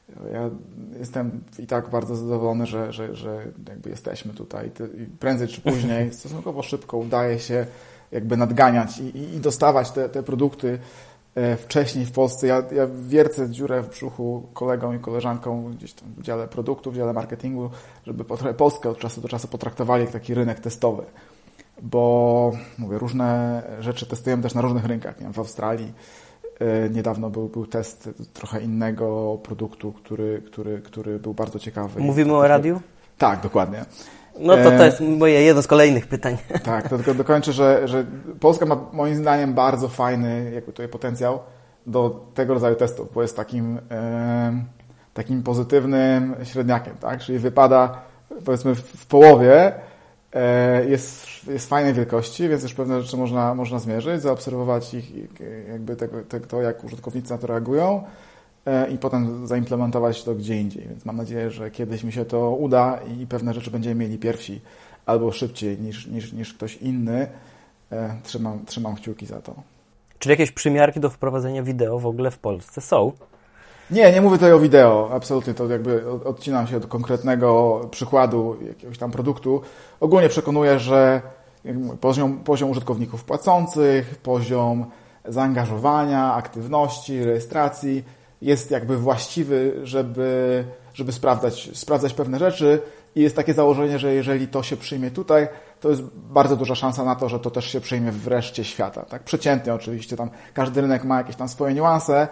Ja jestem i tak bardzo zadowolony, że, że, że jakby jesteśmy tutaj. I prędzej czy później, stosunkowo szybko udaje się jakby nadganiać i, i, i dostawać te, te produkty wcześniej w Polsce. Ja, ja wiercę dziurę w brzuchu kolegom i koleżankom gdzieś tam w dziale produktów, w dziale marketingu, żeby trochę Polskę od czasu do czasu potraktowali jak taki rynek testowy. Bo mówię, różne rzeczy testujemy też na różnych rynkach. W Australii niedawno był, był test trochę innego produktu, który, który, który był bardzo ciekawy. Mówimy o radiu? Tak, dokładnie. No to to jest moje jedno z kolejnych pytań. Tak, to tylko dokończę, że, że Polska ma moim zdaniem bardzo fajny jakby tutaj potencjał do tego rodzaju testów, bo jest takim, e, takim pozytywnym średniakiem, tak? Czyli wypada powiedzmy w połowie, e, jest, jest fajnej wielkości, więc już pewne rzeczy można, można zmierzyć, zaobserwować ich, jakby tego, to, jak użytkownicy na to reagują i potem zaimplementować to gdzie indziej. Więc mam nadzieję, że kiedyś mi się to uda i pewne rzeczy będziemy mieli pierwsi albo szybciej niż, niż, niż ktoś inny. Trzymam, trzymam kciuki za to. Czy jakieś przymiarki do wprowadzenia wideo w ogóle w Polsce są? Nie, nie mówię tutaj o wideo. Absolutnie to jakby odcinam się od konkretnego przykładu jakiegoś tam produktu. Ogólnie przekonuję, że poziom, poziom użytkowników płacących, poziom zaangażowania, aktywności, rejestracji jest jakby właściwy, żeby, żeby sprawdzać, sprawdzać pewne rzeczy i jest takie założenie, że jeżeli to się przyjmie tutaj, to jest bardzo duża szansa na to, że to też się przyjmie w reszcie świata. Tak? Przeciętnie oczywiście, tam każdy rynek ma jakieś tam swoje niuanse,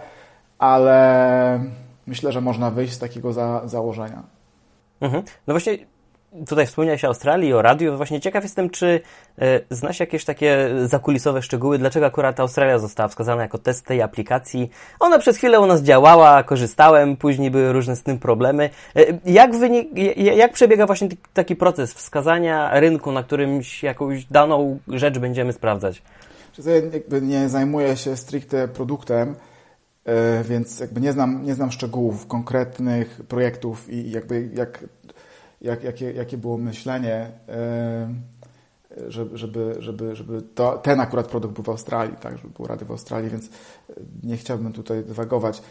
ale myślę, że można wyjść z takiego za, założenia. Mhm. No właśnie tutaj wspomniałeś o Australii, o radiu. Właśnie ciekaw jestem, czy y, znasz jakieś takie zakulisowe szczegóły, dlaczego akurat Australia została wskazana jako test tej aplikacji. Ona przez chwilę u nas działała, korzystałem, później były różne z tym problemy. Y, jak, wynik, jak przebiega właśnie t- taki proces wskazania rynku, na którymś jakąś daną rzecz będziemy sprawdzać? Ja jakby nie zajmuję się stricte produktem, y, więc jakby nie znam, nie znam szczegółów konkretnych projektów i jakby jak Jak, jakie, jakie było myślenie, żeby, żeby, żeby, żeby to, ten akurat produkt był w Australii, tak, żeby był radio w Australii, więc nie chciałbym tutaj dywagować.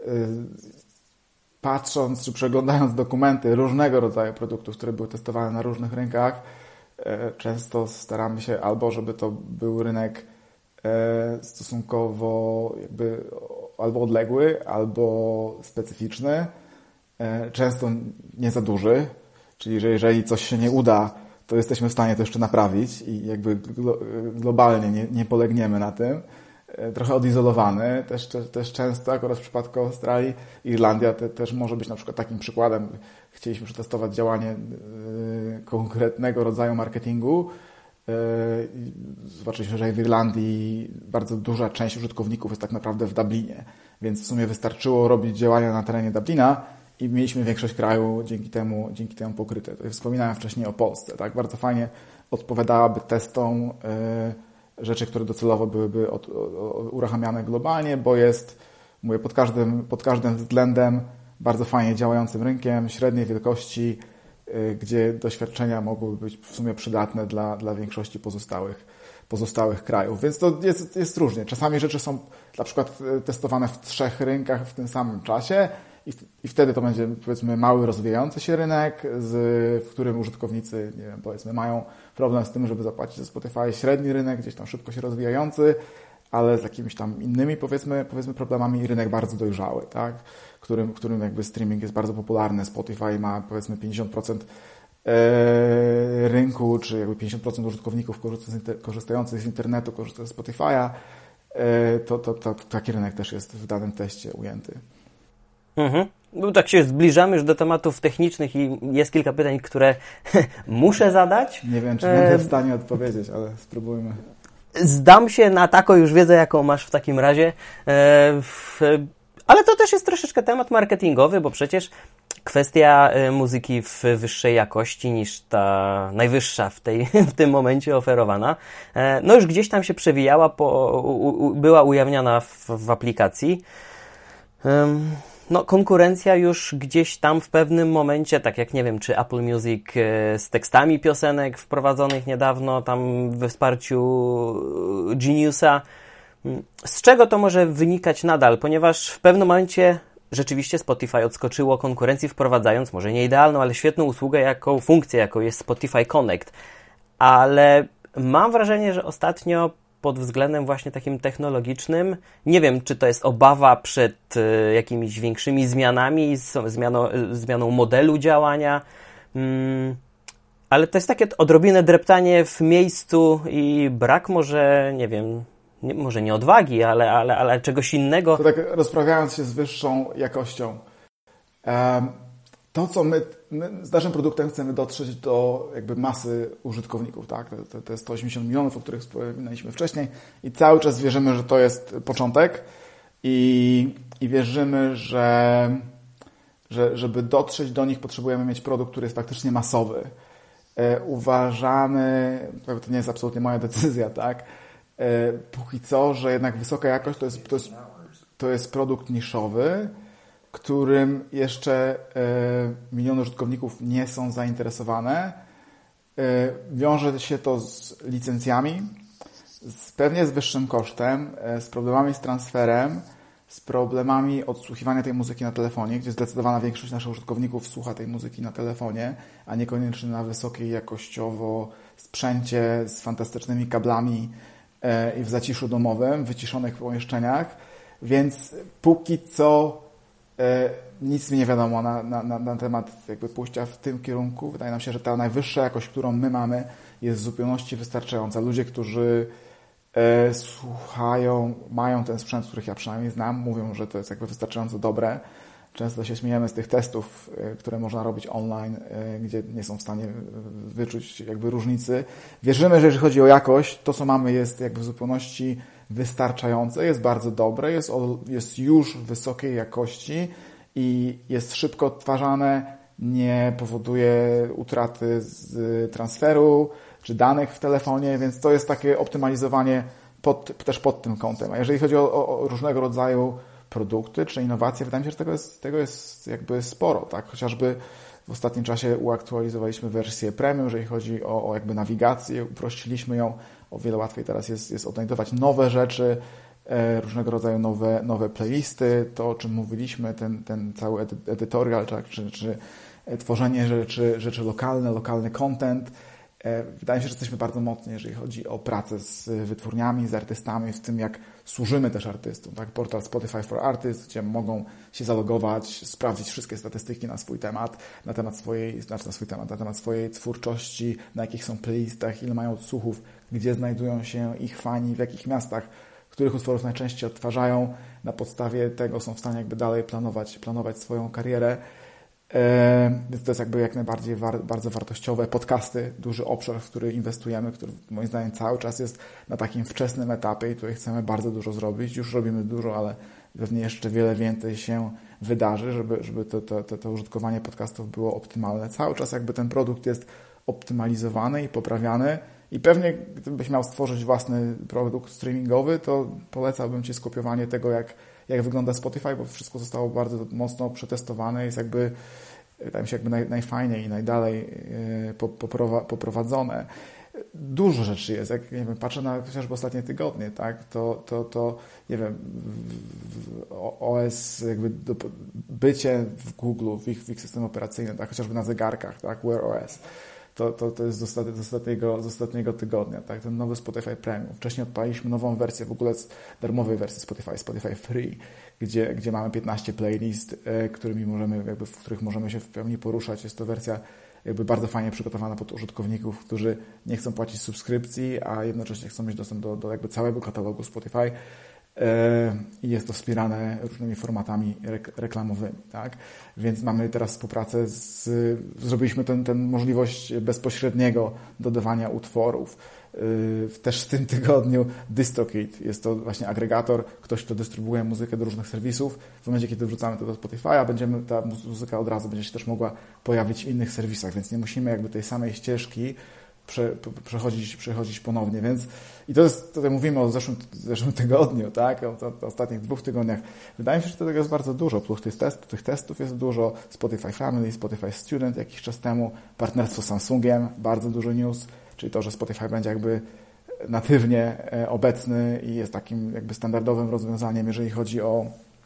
Patrząc czy przeglądając dokumenty różnego rodzaju produktów, które były testowane na różnych rynkach, często staramy się albo, żeby to był rynek stosunkowo jakby albo odległy, albo specyficzny, często nie za duży. Czyli, że jeżeli coś się nie uda, to jesteśmy w stanie to jeszcze naprawić i jakby globalnie nie, nie polegniemy na tym. Trochę odizolowany, też, też, też często, akurat w przypadku Australii, Irlandia te, też może być na przykład takim przykładem. Chcieliśmy przetestować działanie y, konkretnego rodzaju marketingu. Y, zobaczyliśmy, że w Irlandii bardzo duża część użytkowników jest tak naprawdę w Dublinie, więc w sumie wystarczyło robić działania na terenie Dublina, i mieliśmy większość kraju dzięki temu, dzięki temu pokryte. To wspominałem wcześniej o Polsce. Tak? Bardzo fajnie odpowiadałaby testom y, rzeczy, które docelowo byłyby od, o, uruchamiane globalnie, bo jest, mówię, pod każdym, pod każdym względem bardzo fajnie działającym rynkiem, średniej wielkości, y, gdzie doświadczenia mogłyby być w sumie przydatne dla, dla większości pozostałych, pozostałych krajów. Więc to jest, jest różnie. Czasami rzeczy są na przykład testowane w trzech rynkach w tym samym czasie, I wtedy to będzie, powiedzmy, mały, rozwijający się rynek, z, w którym użytkownicy, nie wiem, powiedzmy, mają problem z tym, żeby zapłacić za Spotify. Średni rynek, gdzieś tam szybko się rozwijający, ale z jakimiś tam innymi, powiedzmy, powiedzmy problemami i rynek bardzo dojrzały, tak? W którym, w którym jakby streaming jest bardzo popularny. Spotify ma, powiedzmy, pięćdziesiąt procent rynku, czy jakby pięćdziesiąt procent użytkowników korzystających z internetu korzysta z Spotify'a. To, to, to, to taki rynek też jest w danym teście ujęty. Mhm. No, tak się zbliżamy już do tematów technicznych i jest kilka pytań, które muszę zadać. Nie wiem, czy będę w stanie odpowiedzieć, ale spróbujmy. Zdam się na taką już wiedzę, jaką masz w takim razie. Ale to też jest troszeczkę temat marketingowy, bo przecież kwestia muzyki w wyższej jakości niż ta najwyższa w, tej, w tym momencie oferowana, no już gdzieś tam się przewijała, po, u, była ujawniana w, w aplikacji. No, konkurencja już gdzieś tam w pewnym momencie, tak jak nie wiem, czy Apple Music z tekstami piosenek wprowadzonych niedawno, tam we wsparciu Geniusa. Z czego to może wynikać nadal? Ponieważ w pewnym momencie rzeczywiście Spotify odskoczyło konkurencji, wprowadzając może nie idealną, ale świetną usługę, jaką funkcję, jaką jest Spotify Connect. Ale mam wrażenie, że ostatnio pod względem właśnie takim technologicznym, nie wiem, czy to jest obawa przed y, jakimiś większymi zmianami, zmianą, zmianą modelu działania, mm, ale to jest takie odrobinę dreptanie w miejscu i brak może, nie wiem, nie, może nie odwagi, ale, ale, ale czegoś innego. To tak rozprawiając się z wyższą jakością, um, to co my, my z naszym produktem chcemy dotrzeć do jakby masy użytkowników, tak? To, to jest sto osiemdziesiąt milionów, o których wspominaliśmy wcześniej i cały czas wierzymy, że to jest początek i, i wierzymy, że, że żeby dotrzeć do nich potrzebujemy mieć produkt, który jest faktycznie masowy. E, uważamy, to nie jest absolutnie moja decyzja, tak? E, póki co, że jednak wysoka jakość to jest, to jest, to jest produkt niszowy, którym jeszcze e, miliony użytkowników nie są zainteresowane. E, wiąże się to z licencjami, z, pewnie z wyższym kosztem, e, z problemami z transferem, z problemami odsłuchiwania tej muzyki na telefonie, gdzie zdecydowana większość naszych użytkowników słucha tej muzyki na telefonie, a niekoniecznie na wysokiej jakościowo sprzęcie z fantastycznymi kablami e, i w zaciszu domowym, w wyciszonych pomieszczeniach. Więc póki co nic mi nie wiadomo na, na, na, na temat jakby pójścia w tym kierunku. Wydaje nam się, że ta najwyższa jakość, którą my mamy, jest w zupełności wystarczająca. Ludzie, którzy e, słuchają, mają ten sprzęt, których ja przynajmniej znam, mówią, że to jest jakby wystarczająco dobre. Często się śmiejemy z tych testów, e, które można robić online, e, gdzie nie są w stanie wyczuć jakby różnicy. Wierzymy, że jeżeli chodzi o jakość, to co mamy jest jakby w zupełności wystarczające, jest bardzo dobre, jest, jest już wysokiej jakości i jest szybko odtwarzane, nie powoduje utraty z transferu czy danych w telefonie, więc to jest takie optymalizowanie pod, też pod tym kątem. A jeżeli chodzi o, o, o różnego rodzaju produkty czy innowacje, wydaje mi się, że tego jest, tego jest jakby sporo, tak? Chociażby w ostatnim czasie uaktualizowaliśmy wersję premium, jeżeli chodzi o, o jakby nawigację, uprościliśmy ją, o wiele łatwiej teraz jest, jest odnajdować nowe rzeczy, e, różnego rodzaju nowe, nowe playlisty, to o czym mówiliśmy, ten, ten cały edytorial, tak, czy, czy tworzenie rzeczy, rzeczy lokalne, lokalny content. E, wydaje mi się, że jesteśmy bardzo mocni, jeżeli chodzi o pracę z wytwórniami, z artystami, w tym jak służymy też artystom. Tak? Portal Spotify for Artists, gdzie mogą się zalogować, sprawdzić wszystkie statystyki na swój temat, na temat swojej, znaczy na swój temat, na temat swojej twórczości, na jakich są playlistach, ile mają odsłuchów, gdzie znajdują się ich fani, w jakich miastach, których utworów najczęściej odtwarzają. Na podstawie tego są w stanie jakby dalej planować, planować swoją karierę. Więc to jest jakby jak najbardziej war, bardzo wartościowe. Podcasty, duży obszar, w który inwestujemy, który moim zdaniem cały czas jest na takim wczesnym etapie i tutaj chcemy bardzo dużo zrobić. Już robimy dużo, ale pewnie jeszcze wiele więcej się wydarzy, żeby, żeby to, to, to, to użytkowanie podcastów było optymalne. Cały czas jakby ten produkt jest optymalizowany i poprawiany i pewnie gdybyś miał stworzyć własny produkt streamingowy, to polecałbym Ci skopiowanie tego, jak jak wygląda Spotify, bo wszystko zostało bardzo mocno przetestowane, jest jakby, wydaje mi się, jakby naj, najfajniej i najdalej poprowa, poprowadzone. Dużo rzeczy jest, jak nie wiem, patrzę na chociażby ostatnie tygodnie, tak, to, to, to nie wiem, O S, jakby do, bycie w Google, w ich, w ich systemie operacyjnym, tak, chociażby na zegarkach, tak, Wear O S. To, to, to jest z, ostat, z, ostatniego, z ostatniego tygodnia, tak? Ten nowy Spotify Premium. Wcześniej odpaliśmy nową wersję, w ogóle z darmowej wersji Spotify, Spotify Free, gdzie, gdzie mamy piętnaście playlist, e, którymi możemy, jakby, w których możemy się w pełni poruszać. Jest to wersja jakby bardzo fajnie przygotowana pod użytkowników, którzy nie chcą płacić subskrypcji, a jednocześnie chcą mieć dostęp do, do jakby całego katalogu Spotify. I jest to wspierane różnymi formatami reklamowymi, tak? Więc mamy teraz współpracę z, zrobiliśmy ten, ten możliwość bezpośredniego dodawania utworów. Też w tym tygodniu DistroKid jest to właśnie agregator, ktoś, kto dystrybuuje muzykę do różnych serwisów. W momencie, kiedy wrzucamy to do Spotify'a, będziemy, ta muzyka od razu będzie się też mogła pojawić w innych serwisach, więc nie musimy jakby tej samej ścieżki Prze, przechodzić, przechodzić ponownie, więc i to jest, tutaj mówimy o zeszłym, zeszłym tygodniu, tak, o, o, o ostatnich dwóch tygodniach. Wydaje mi się, że tego jest bardzo dużo, plus tych, test, tych testów jest dużo, Spotify Family, Spotify Student jakiś czas temu, partnerstwo z Samsungiem, bardzo dużo news, czyli to, że Spotify będzie jakby natywnie obecny i jest takim jakby standardowym rozwiązaniem, jeżeli chodzi o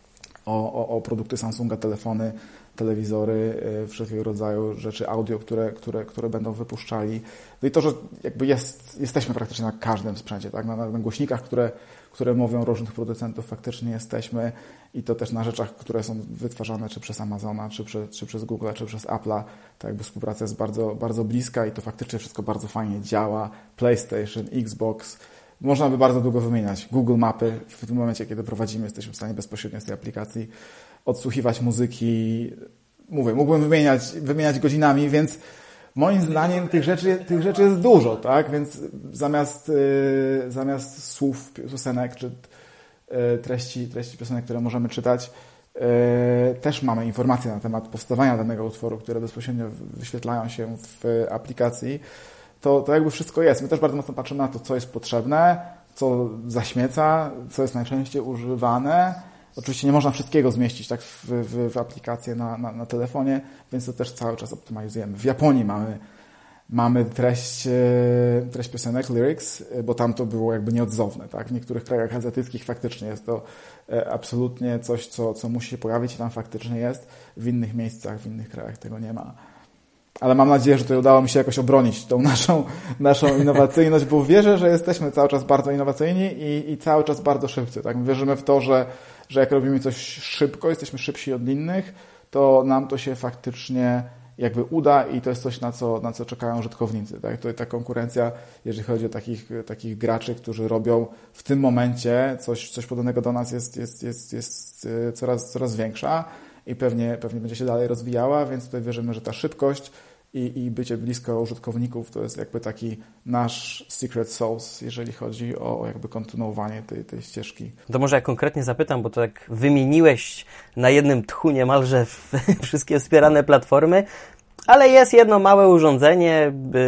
o, o, o produkty Samsunga, telefony, telewizory, wszelkiego rodzaju rzeczy audio, które, które, które będą wypuszczali. No i to, że jakby jest, jesteśmy praktycznie na każdym sprzęcie, tak? Na, na głośnikach, które, które mówią różnych producentów, faktycznie jesteśmy i to też na rzeczach, które są wytwarzane czy przez Amazona, czy, prze, czy przez Google, czy przez Apple'a. To jakby współpraca jest bardzo, bardzo bliska i to faktycznie wszystko bardzo fajnie działa. PlayStation, Xbox, można by bardzo długo wymieniać. Google Mapy, w tym momencie, kiedy prowadzimy, jesteśmy w stanie bezpośrednio z tej aplikacji odsłuchiwać muzyki. Mówię, mógłbym wymieniać, wymieniać godzinami, więc moim zdaniem tych rzeczy, tych rzeczy jest dużo, tak? Więc zamiast, yy, zamiast słów piosenek, czy yy, treści, treści piosenek, które możemy czytać, yy, też mamy informacje na temat powstawania danego utworu, które bezpośrednio wyświetlają się w aplikacji. To, to jakby wszystko jest. My też bardzo mocno patrzymy na to, co jest potrzebne, co zaśmieca, co jest najczęściej używane. Oczywiście nie można wszystkiego zmieścić tak w, w, w aplikację na, na, na telefonie, więc to też cały czas optymalizujemy. W Japonii mamy, mamy treść, treść piosenek, lyrics, bo tam to było jakby nieodzowne. Tak? W niektórych krajach azjatyckich faktycznie jest to absolutnie coś, co, co musi się pojawić i tam faktycznie jest. W innych miejscach, w innych krajach tego nie ma. Ale mam nadzieję, że tutaj udało mi się jakoś obronić tą naszą, naszą innowacyjność, bo wierzę, że jesteśmy cały czas bardzo innowacyjni i, i cały czas bardzo szybcy. Tak? Wierzymy w to, że, że jak robimy coś szybko, jesteśmy szybsi od innych, to nam to się faktycznie jakby uda i to jest coś, na co, na co czekają użytkownicy. Tak? To ta konkurencja, jeżeli chodzi o takich, takich graczy, którzy robią w tym momencie coś, coś podobnego do nas, jest, jest, jest, jest coraz, coraz większa. I pewnie, pewnie będzie się dalej rozwijała, więc tutaj wierzymy, że ta szybkość i, i bycie blisko użytkowników to jest jakby taki nasz secret sauce, jeżeli chodzi o jakby kontynuowanie tej, tej ścieżki. To może ja konkretnie zapytam, bo to tak wymieniłeś na jednym tchu niemalże wszystkie wspierane platformy, ale jest jedno małe urządzenie,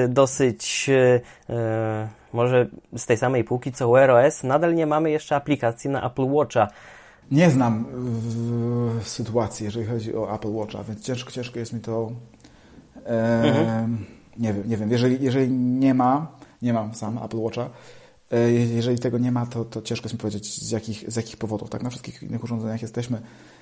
dosyć e, może z tej samej półki co Wear O S. Nadal nie mamy jeszcze aplikacji na Apple Watcha. Nie znam w, w sytuacji, jeżeli chodzi o Apple Watcha, więc ciężko, ciężko jest mi to... E, mhm. Nie wiem, nie wiem. Jeżeli, jeżeli nie ma, nie mam sam Apple Watcha, e, jeżeli tego nie ma, to, to ciężko jest mi powiedzieć, z jakich, z jakich powodów. Tak, na wszystkich innych urządzeniach jesteśmy.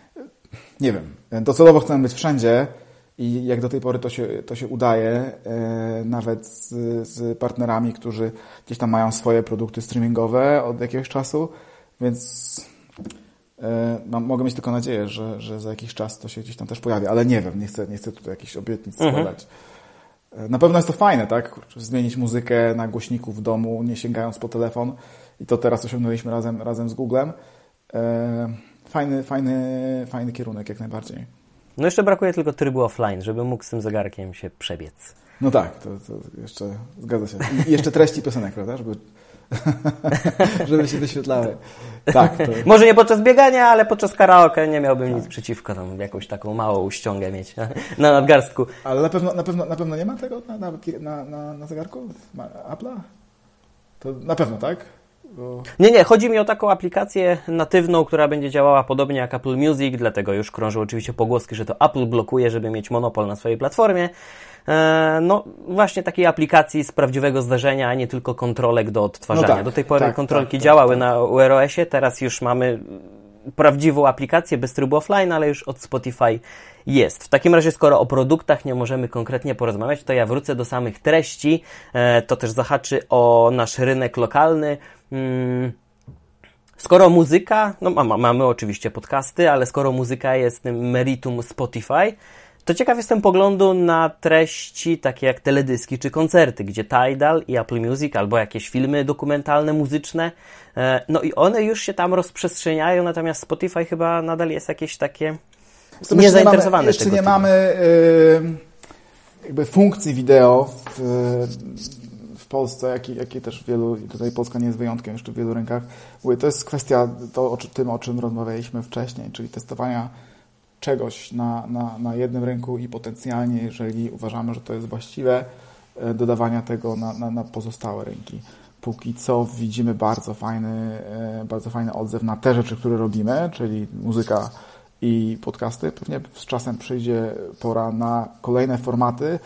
Nie wiem. Docelowo chcemy być wszędzie i jak do tej pory to się, to się udaje, e, nawet z, z partnerami, którzy gdzieś tam mają swoje produkty streamingowe od jakiegoś czasu, więc... Mam, mogę mieć tylko nadzieję, że, że za jakiś czas to się gdzieś tam też pojawi, ale nie wiem, nie chcę, nie chcę tutaj jakichś obietnic składać. Mhm. Na pewno jest to fajne, tak? Zmienić muzykę na głośniku w domu, nie sięgając po telefon i to teraz osiągnęliśmy razem, razem z Googlem. Fajny, fajny, fajny kierunek jak najbardziej. No jeszcze brakuje tylko trybu offline, żeby mógł z tym zegarkiem się przebiec. No tak, to, to jeszcze zgadza się. I jeszcze treści piosenek, prawda? Żeby żeby się wyświetlały. Tak, to... Może nie podczas biegania, ale podczas karaoke nie miałbym tak. nic przeciwko tam jakąś taką małą ściągę mieć na nadgarstku. Ale na pewno, na pewno, na pewno nie ma tego na, na, na, na zegarku? Apple'a? To na pewno, tak? Bo... Nie, nie. Chodzi mi o taką aplikację natywną, która będzie działała podobnie jak Apple Music, dlatego już krążą oczywiście pogłoski, że to Apple blokuje, żeby mieć monopol na swojej platformie. No właśnie takiej aplikacji z prawdziwego zdarzenia, a nie tylko kontrolek do odtwarzania. No tak, do tej pory tak, kontrolki tak, działały tak, na Wear O S ie, teraz już mamy prawdziwą aplikację bez trybu offline, ale już od Spotify jest. W takim razie, skoro o produktach nie możemy konkretnie porozmawiać, to ja wrócę do samych treści. To też zahaczy o nasz rynek lokalny. Skoro muzyka, no mamy oczywiście podcasty, ale skoro muzyka jest tym meritum Spotify, to ciekaw jestem poglądu na treści takie jak teledyski czy koncerty, gdzie Tidal i Apple Music albo jakieś filmy dokumentalne, muzyczne, no i one już się tam rozprzestrzeniają, natomiast Spotify chyba nadal jest jakieś takie to niezainteresowane. Jeszcze nie mamy, jeszcze nie mamy yy, jakby funkcji wideo w, w Polsce, jak i, jak i też w wielu, tutaj Polska nie jest wyjątkiem jeszcze w wielu rynkach. To jest kwestia to, o tym, o czym rozmawialiśmy wcześniej, czyli testowania czegoś na, na, na jednym rynku i potencjalnie, jeżeli uważamy, że to jest właściwe, dodawania tego na, na, na pozostałe rynki. Póki co widzimy bardzo fajny, bardzo fajny odzew na te rzeczy, które robimy, czyli muzyka i podcasty. Pewnie z czasem przyjdzie pora na kolejne formaty,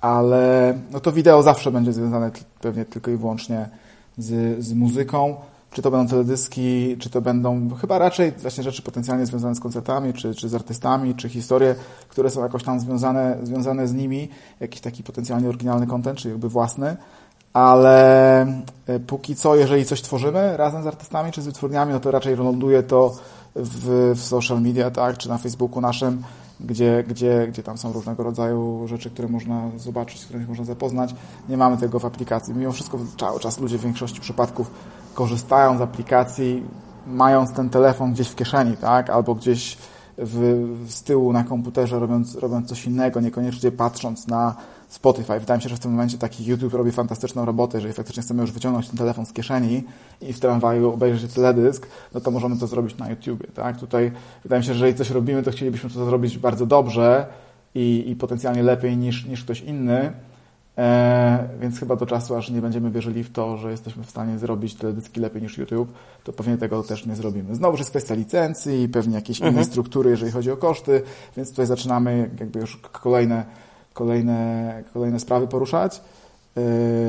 ale no to wideo zawsze będzie związane pewnie tylko i wyłącznie z, z muzyką, czy to będą teledyski, czy to będą chyba raczej właśnie rzeczy potencjalnie związane z koncertami, czy, czy z artystami, czy historie, które są jakoś tam związane, związane z nimi, jakiś taki potencjalnie oryginalny content, czy jakby własny, ale póki co, jeżeli coś tworzymy razem z artystami, czy z wytwórniami, no to raczej ląduje to w, w social media, tak, czy na Facebooku naszym, gdzie, gdzie, gdzie tam są różnego rodzaju rzeczy, które można zobaczyć, z którymi można zapoznać. Nie mamy tego w aplikacji. Mimo wszystko cały czas ludzie w większości przypadków korzystają z aplikacji, mając ten telefon gdzieś w kieszeni, tak? Albo gdzieś w, z tyłu na komputerze, robiąc, robiąc coś innego, niekoniecznie patrząc na Spotify. Wydaje mi się, że w tym momencie taki YouTube robi fantastyczną robotę. Jeżeli faktycznie chcemy już wyciągnąć ten telefon z kieszeni i w tramwaju obejrzeć teledysk, no to możemy to zrobić na YouTubie, tak? Tutaj wydaje mi się, że jeżeli coś robimy, to chcielibyśmy to zrobić bardzo dobrze i, i potencjalnie lepiej niż, niż ktoś inny. E, więc chyba do czasu, aż nie będziemy wierzyli w to, że jesteśmy w stanie zrobić teledyski lepiej niż YouTube, to pewnie tego też nie zrobimy. Znowu jest kwestia licencji i pewnie jakiejś mhm. innej struktury, jeżeli chodzi o koszty, więc tutaj zaczynamy jakby już kolejne, kolejne, kolejne sprawy poruszać. E,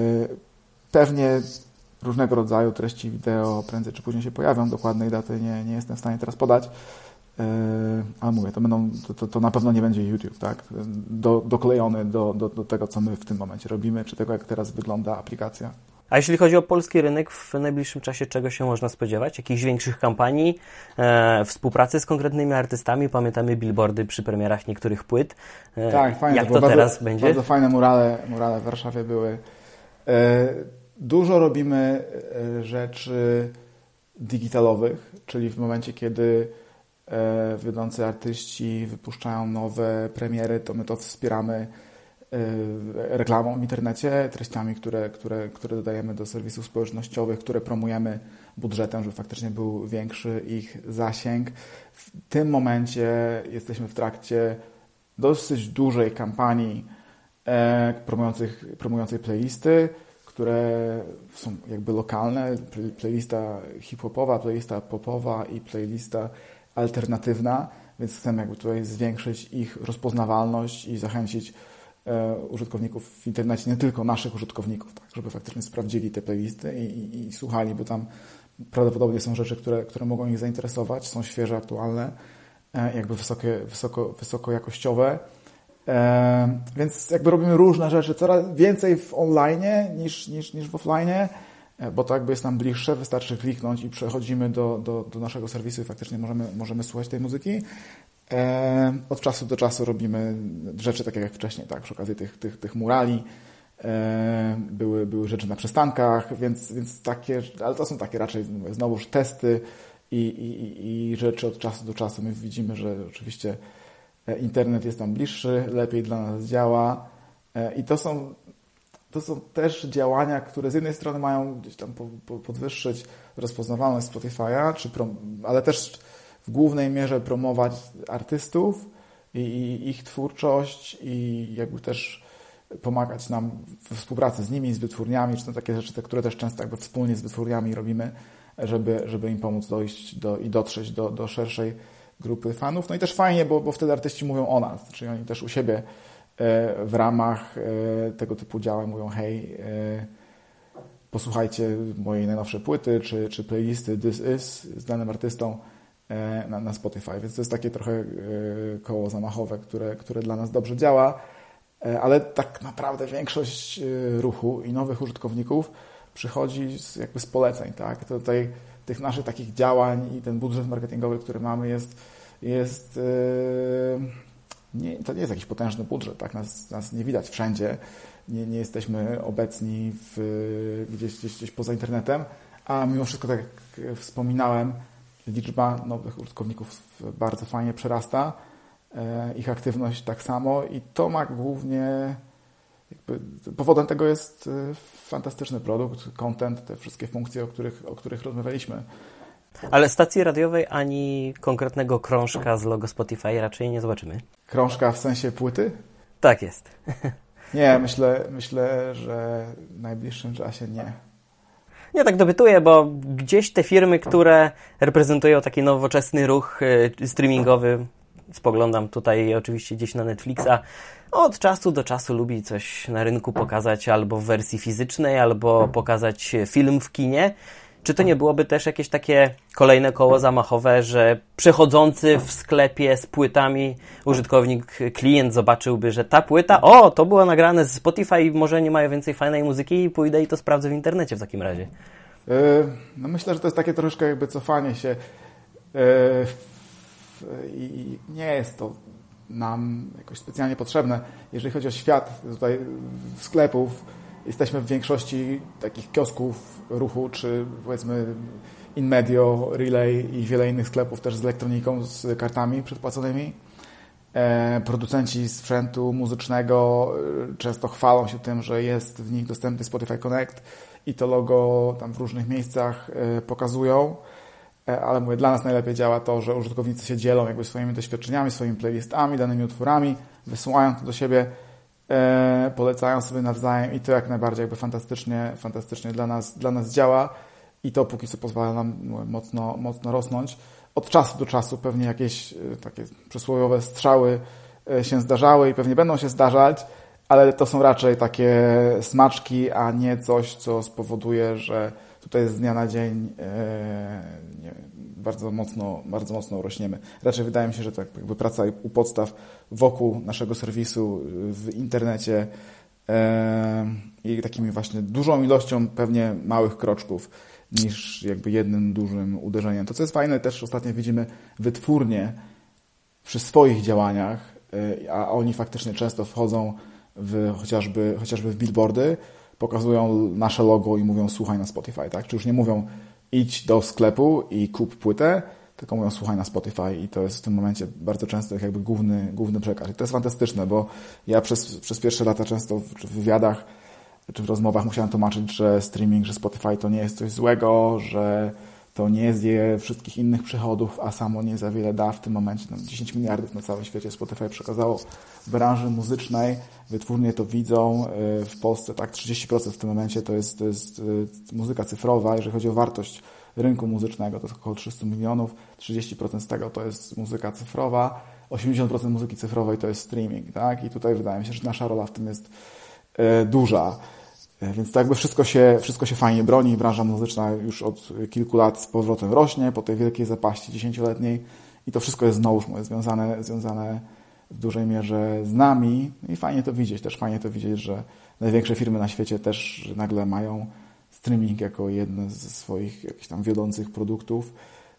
pewnie różnego rodzaju treści wideo prędzej czy później się pojawią, dokładnej daty nie, nie jestem w stanie teraz podać. Ale mówię, to, będą, to, to, to na pewno nie będzie YouTube, tak? Do, doklejony do, do, do tego, co my w tym momencie robimy, czy tego, jak teraz wygląda aplikacja. A jeśli chodzi o polski rynek, w najbliższym czasie czego się można spodziewać? Jakichś większych kampanii, e, współpracy z konkretnymi artystami? Pamiętamy billboardy przy premierach niektórych płyt. E, tak, fajnie. Jak to, to bardzo, teraz będzie? Bardzo fajne murale, murale w Warszawie były. E, dużo robimy rzeczy digitalowych, czyli w momencie, kiedy wiodący artyści wypuszczają nowe premiery, to my to wspieramy reklamą w internecie, treściami, które, które, które dodajemy do serwisów społecznościowych, które promujemy budżetem, żeby faktycznie był większy ich zasięg. W tym momencie jesteśmy w trakcie dosyć dużej kampanii promujących, promującej playlisty, które są jakby lokalne, playlista hip-hopowa, playlista popowa i playlista alternatywna, więc chcemy jakby tutaj zwiększyć ich rozpoznawalność i zachęcić e, użytkowników w internecie, nie tylko naszych użytkowników, tak, żeby faktycznie sprawdzili te playlisty i, i, i słuchali, bo tam prawdopodobnie są rzeczy, które, które mogą ich zainteresować, są świeże, aktualne, e, jakby wysokie, wysoko, wysokojakościowe. E, więc jakby robimy różne rzeczy, coraz więcej w online niż, niż, niż w offline, bo to jakby jest nam bliższe, wystarczy kliknąć i przechodzimy do, do, do naszego serwisu i faktycznie możemy, możemy słuchać tej muzyki. E, od czasu do czasu robimy rzeczy takie jak wcześniej, tak, przy okazji tych, tych, tych murali. E, były, były rzeczy na przystankach, więc, więc takie, ale to są takie raczej mówię, znowuż testy i, i, i rzeczy od czasu do czasu. My widzimy, że oczywiście internet jest nam bliższy, lepiej dla nas działa e, i to są To są też działania, które z jednej strony mają gdzieś tam po, po podwyższyć rozpoznawalność Spotify'a, czy prom- ale też w głównej mierze promować artystów i, i ich twórczość i jakby też pomagać nam we współpracy z nimi, z wytwórniami, czy to takie rzeczy, te, które też często jakby wspólnie z wytwórniami robimy, żeby, żeby im pomóc dojść do, i dotrzeć do, do szerszej grupy fanów. No i też fajnie, bo, bo wtedy artyści mówią o nas, czyli oni też u siebie w ramach tego typu działań mówią hej, posłuchajcie mojej najnowszej płyty, czy, czy playlisty This Is z danym artystą na, na Spotify, więc to jest takie trochę koło zamachowe, które, które dla nas dobrze działa, ale tak naprawdę większość ruchu i nowych użytkowników przychodzi z, jakby z poleceń, tak? To tutaj tych naszych takich działań i ten budżet marketingowy, który mamy jest, jest yy... Nie, to nie jest jakiś potężny budżet, tak? Nas, nas nie widać wszędzie, nie, nie jesteśmy obecni w, gdzieś, gdzieś, gdzieś poza internetem, a mimo wszystko, tak jak wspominałem, liczba nowych użytkowników bardzo fajnie przerasta, e, ich aktywność tak samo i to ma głównie, jakby, powodem tego jest fantastyczny produkt, content, te wszystkie funkcje, o których, o których rozmawialiśmy. Ale stacji radiowej ani konkretnego krążka z logo Spotify raczej nie zobaczymy. Krążka w sensie płyty? Tak jest. Nie, myślę, myślę, że w najbliższym czasie nie. Ja tak dopytuję, bo gdzieś te firmy, które reprezentują taki nowoczesny ruch streamingowy, spoglądam tutaj oczywiście gdzieś na Netflixa, od czasu do czasu lubi coś na rynku pokazać albo w wersji fizycznej, albo pokazać film w kinie. Czy to nie byłoby też jakieś takie kolejne koło zamachowe, że przechodzący w sklepie z płytami użytkownik, klient zobaczyłby, że ta płyta, o, to było nagrane z Spotify i może nie mają więcej fajnej muzyki i pójdę i to sprawdzę w internecie w takim razie? Yy, no myślę, że to jest takie troszkę jakby cofanie się i yy, nie jest to nam jakoś specjalnie potrzebne. Jeżeli chodzi o świat tutaj sklepów, jesteśmy w większości takich kiosków ruchu, czy powiedzmy InMedio, Relay i wiele innych sklepów też z elektroniką, z kartami przedpłaconymi. E, producenci sprzętu muzycznego często chwalą się tym, że jest w nich dostępny Spotify Connect i to logo tam w różnych miejscach e, pokazują. E, ale mówię, dla nas najlepiej działa to, że użytkownicy się dzielą jakby swoimi doświadczeniami, swoimi playlistami, danymi utworami, wysyłają to do siebie, E, polecają sobie nawzajem i to jak najbardziej jakby fantastycznie, fantastycznie dla nas, dla nas działa i to póki co pozwala nam mocno, mocno rosnąć. Od czasu do czasu pewnie jakieś e, takie przysłowiowe strzały e, się zdarzały i pewnie będą się zdarzać, ale to są raczej takie smaczki, a nie coś, co spowoduje, że tutaj z dnia na dzień e, nie wiem, bardzo mocno, bardzo mocno rośniemy. Raczej wydaje mi się, że tak jakby praca u podstaw wokół naszego serwisu w internecie e, i takimi właśnie dużą ilością pewnie małych kroczków niż jakby jednym dużym uderzeniem. To, co jest fajne, też ostatnio widzimy wytwórnie przy swoich działaniach, e, a oni faktycznie często wchodzą w, chociażby, chociażby w billboardy, pokazują nasze logo i mówią słuchaj na Spotify, tak? Czy już nie mówią idź do sklepu i kup płytę, tylko mówią słuchaj na Spotify i to jest w tym momencie bardzo często jakby główny, główny przekaz. I to jest fantastyczne, bo ja przez, przez pierwsze lata często w, w wywiadach czy w rozmowach musiałem tłumaczyć, że streaming, że Spotify to nie jest coś złego, że to nie zje wszystkich innych przychodów, a samo nie za wiele da. W tym momencie no, dziesięć miliardów na całym świecie Spotify przekazało branży muzycznej. Wytwórnie to widzą. W Polsce tak trzydzieści procent w tym momencie to jest, to jest muzyka cyfrowa. Jeżeli chodzi o wartość rynku muzycznego, to jest około trzysta milionów. trzydzieści procent z tego to jest muzyka cyfrowa. osiemdziesiąt procent muzyki cyfrowej to jest streaming. Tak? I tutaj wydaje mi się, że nasza rola w tym jest e, duża. Więc to jakby wszystko się, wszystko się fajnie broni. Branża muzyczna już od kilku lat z powrotem rośnie po tej wielkiej zapaści dziesięcioletniej i to wszystko jest znowuż mówię, związane, związane w dużej mierze z nami i fajnie to widzieć. Też fajnie to widzieć, że największe firmy na świecie też nagle mają streaming jako jedne ze swoich jakichś tam wiodących produktów.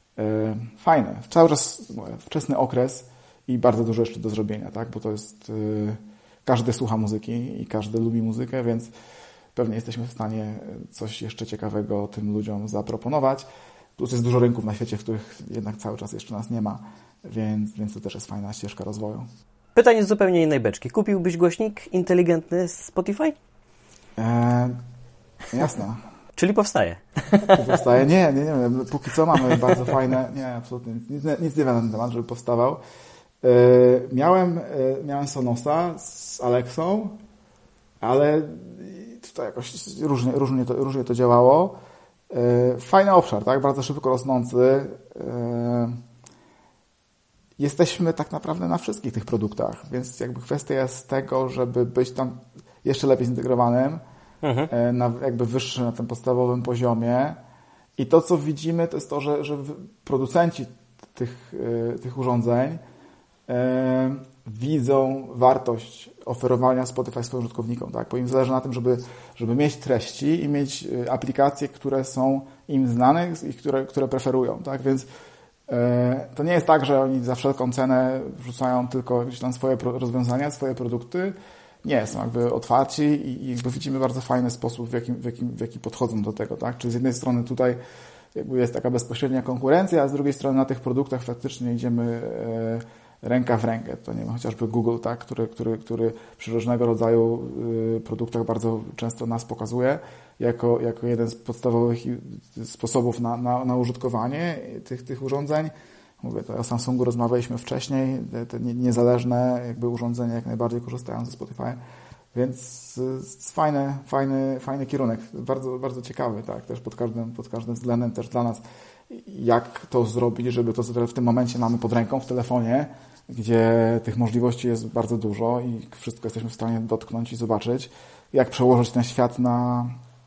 Fajne. Cały czas mówię, wczesny okres i bardzo dużo jeszcze do zrobienia, tak? Bo to jest każdy słucha muzyki i każdy lubi muzykę, więc pewnie jesteśmy w stanie coś jeszcze ciekawego tym ludziom zaproponować. Plus jest dużo rynków na świecie, w których jednak cały czas jeszcze nas nie ma, więc, więc to też jest fajna ścieżka rozwoju. Pytanie z zupełnie innej beczki. Kupiłbyś głośnik inteligentny z Spotify? Eee, jasne. Czyli powstaje. Czy powstaje? Nie, nie, nie. Póki co mamy bardzo fajne... Nie, absolutnie. Nic, nic nie wiem na ten temat, żeby powstawał. Eee, miałem, e, miałem Sonosa z Alexą, ale to jakoś różnie, różnie, to, różnie to działało. Fajny obszar, tak? Bardzo szybko rosnący. Jesteśmy tak naprawdę na wszystkich tych produktach, więc jakby kwestia jest tego, żeby być tam jeszcze lepiej zintegrowanym, mhm. na jakby wyższym, na tym podstawowym poziomie. I to, co widzimy, to jest to, że, że producenci tych, tych urządzeń widzą wartość oferowania Spotify swoim użytkownikom, tak? Bo im zależy na tym, żeby, żeby mieć treści i mieć aplikacje, które są im znane i które, które preferują, tak? Więc e, to nie jest tak, że oni za wszelką cenę wrzucają tylko gdzieś tam swoje rozwiązania, swoje produkty. Nie, są jakby otwarci i, i jakby widzimy bardzo fajny sposób, w jakim, w jakim, w jaki podchodzą do tego, tak? Czyli z jednej strony tutaj jakby jest taka bezpośrednia konkurencja, a z drugiej strony na tych produktach faktycznie idziemy e, ręka w rękę. To nie wiem, chociażby Google, tak, który, który, który przy różnego rodzaju y, produktach bardzo często nas pokazuje jako, jako jeden z podstawowych sposobów na, na, na użytkowanie tych, tych urządzeń. Mówię, to o Samsungu rozmawialiśmy wcześniej, te, te niezależne jakby urządzenia jak najbardziej korzystają ze Spotify, więc y, fajny, fajny, fajny kierunek, bardzo, bardzo ciekawy, tak, też pod każdym, pod każdym względem też dla nas, jak to zrobić, żeby to, co w tym momencie mamy pod ręką w telefonie, gdzie tych możliwości jest bardzo dużo i wszystko jesteśmy w stanie dotknąć i zobaczyć, jak przełożyć ten świat na,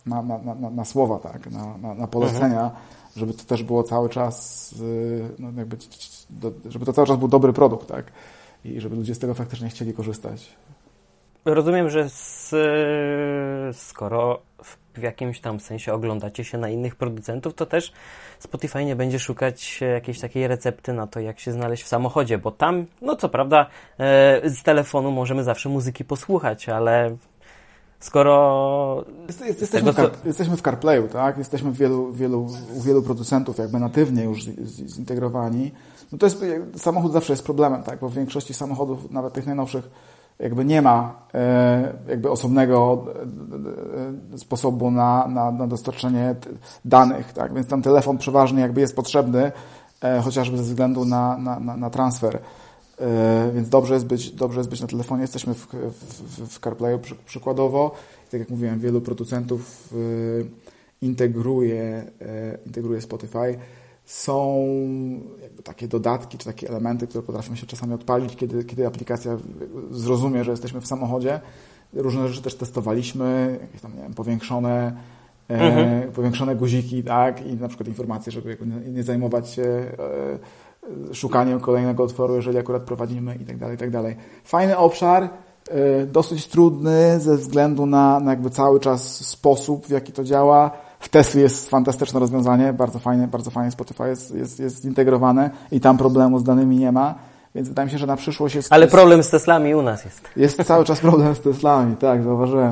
na, na, na, na słowa, tak, na, na, na polecenia, mhm. żeby to też było cały czas, no jakby, żeby to cały czas był dobry produkt, tak, i żeby ludzie z tego faktycznie chcieli korzystać. Rozumiem, że z, skoro w jakimś tam sensie oglądacie się na innych producentów, to też Spotify nie będzie szukać jakiejś takiej recepty na to, jak się znaleźć w samochodzie, bo tam, no co prawda, z telefonu możemy zawsze muzyki posłuchać, ale skoro... Jest, jest, jesteśmy, tego, w car, jesteśmy w CarPlayu, tak? Jesteśmy w wielu, wielu, u wielu producentów jakby natywnie już zintegrowani. No to jest, samochód zawsze jest problemem, tak? Bo w większości samochodów, nawet tych najnowszych, jakby nie ma e, jakby osobnego e, sposobu na, na, na dostarczenie danych, tak? Więc tam telefon przeważnie jakby jest potrzebny, e, chociażby ze względu na, na, na, na transfer. E, więc dobrze jest być, dobrze jest być na telefonie. Jesteśmy w, w, w CarPlayu przy, przykładowo. Tak jak mówiłem, wielu producentów e, integruje, e, integruje Spotify. Są jakby takie dodatki, czy takie elementy, które potrafią się czasami odpalić, kiedy, kiedy aplikacja zrozumie, że jesteśmy w samochodzie. Różne rzeczy też testowaliśmy, jakieś tam, nie wiem, powiększone, mhm. e, powiększone guziki, tak, i na przykład informacje, żeby nie, nie zajmować się e, szukaniem kolejnego otworu, jeżeli akurat prowadzimy i tak dalej, i tak dalej. Fajny obszar, e, dosyć trudny ze względu na, na jakby cały czas sposób, w jaki to działa. W Tesli jest fantastyczne rozwiązanie, bardzo fajnie, bardzo fajnie Spotify jest, jest, jest zintegrowane i tam problemu z danymi nie ma, więc wydaje mi się, że na przyszłość jest... Ale problem z Teslami u nas jest. Jest cały czas problem z Teslami, tak, zauważyłem.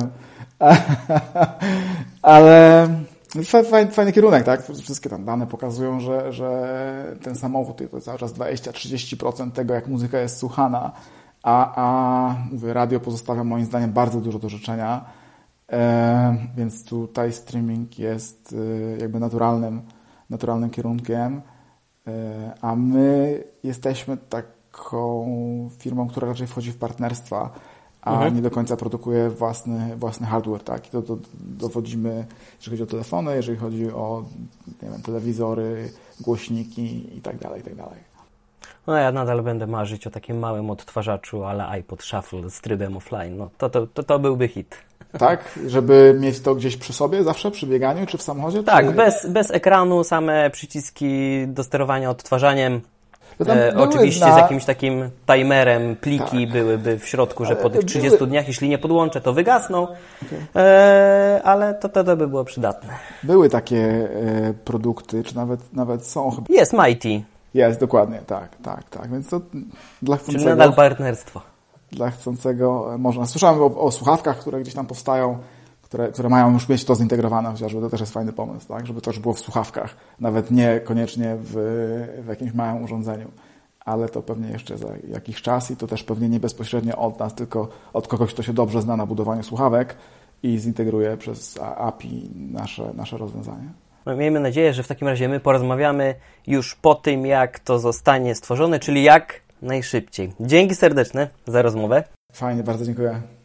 Ale fajny, fajny kierunek, tak? Wszystkie tam dane pokazują, że, że ten samochód to cały czas dwadzieścia do trzydziestu procent tego, jak muzyka jest słuchana, a, a mówię, radio pozostawia moim zdaniem bardzo dużo do życzenia. E, więc tutaj streaming jest e, jakby naturalnym, naturalnym kierunkiem, e, a my jesteśmy taką firmą, która raczej wchodzi w partnerstwa, a mhm. nie do końca produkuje własny, własny hardware, tak? I to, to dowodzimy, jeżeli chodzi o telefony, jeżeli chodzi o, nie wiem, telewizory, głośniki i tak dalej, i tak dalej. No ja nadal będę marzyć o takim małym odtwarzaczu a la iPod Shuffle z trybem offline. No to, to, to, to byłby hit. Tak? Żeby mieć to gdzieś przy sobie zawsze, przy bieganiu, czy w samochodzie? Tak, czy... bez, bez ekranu, same przyciski do sterowania odtważaniem. E, oczywiście na... z jakimś takim timerem pliki tak. byłyby w środku, że ale po tych trzydziestu były... dniach, jeśli nie podłączę, to wygasną, okay. e, ale to, to, to by było przydatne. Były takie e, produkty, czy nawet, nawet są chyba... Jest Mighty. Jest, dokładnie, tak, tak, tak, więc to dla chcącego... Czyli nadal partnerstwo. Dla chcącego można. Słyszałem o, o słuchawkach, które gdzieś tam powstają, które, które mają już mieć to zintegrowane, chociażby to też jest fajny pomysł, tak? Żeby to już było w słuchawkach, nawet nie koniecznie w, w jakimś małym urządzeniu, ale to pewnie jeszcze za jakiś czas i to też pewnie nie bezpośrednio od nas, tylko od kogoś, kto się dobrze zna na budowaniu słuchawek i zintegruje przez A P I nasze, nasze rozwiązanie. No, miejmy nadzieję, że w takim razie my porozmawiamy już po tym, jak to zostanie stworzone, czyli jak najszybciej. Dzięki serdeczne za rozmowę. Fajnie, bardzo dziękuję.